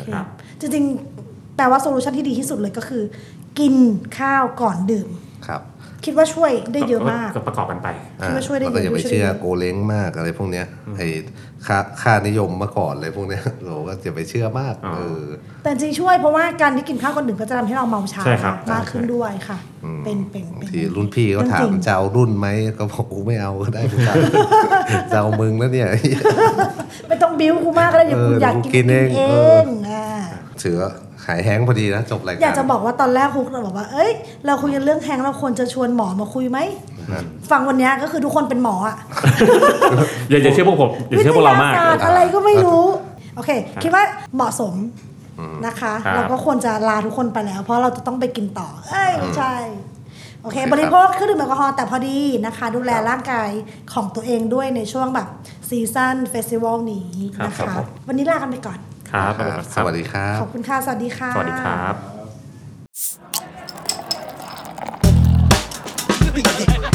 ครับจริงๆแปลว่าโซลูชันที่ดีที่สุดเลยก็คือ กินข้าวก่อนดื่มครับคิดว่าช่วยได้เยอะมากก็ประกอบกันไปคิดว่าช่วยได้แล้วก็อย่าไปเยอะเชื่อช่วยได้เยอะโกเล้งมากอะไรพวกเนี้ยไอ้ค่าค่านิยมเมื่อก่อนเลยพวกเนี้ยเราก็อย่าไปเชื่อมากอ๋อเออแต่จริงๆช่วยเพราะว่าการที่กินข้าวก่อนดื่มก็จะทำให้เราเมาช้าใช่ครับมากขึ้นด้วยค่ะ เป็นเป็นเป็นทีรุ่นพี่เขาถามเรื่องจริงจะเอารุ่นไหมก็บอกกูไม่เอาก็ได้กูจะ จะเอามึงแล้วเนี่ยไม่ต้องบิ้วกูมากก็ได้เดี๋ยวกูเอออยากกูกินกินกินเองเอเอองอ่าถือว่าหายแห้งพอดีนะจบรายการอยากจะบอกว่าตอนแรกฮุกเราบอกว่า เอ้ย เราคุยกันเรื่องแท้งเราควรจะชวนหมอมาคุยไหม ฟังวันเนี้ยก็คือทุกคนเป็นหมออะอย่าอย่าเชื่อพวกผมอย่าเชื่อพวกเรามากวิทยศสตร์อะไรก็ไม่รู้ โอเค คิดว่าเหมาะสมนะคะครับเราก็ควรจะลาทุกคนไปแล้ว เพราะเราจะต้องไปกินต่อ เอ้ยไม่ใช่ โอเคโอเคครับบริโภคเครื่องดื่มแอลกอฮอล์แต่พอดีนะคะ ดูแลร่างกายของตัวเองด้วยในช่วงแบบซีซั่นเฟสติวัลนี้นะครัคะบผมวันนี้ลากันไปก่อนครับครับสวัสดีครับขอบคุณค่ะ สวัสดีค่ะสวัสดีครับ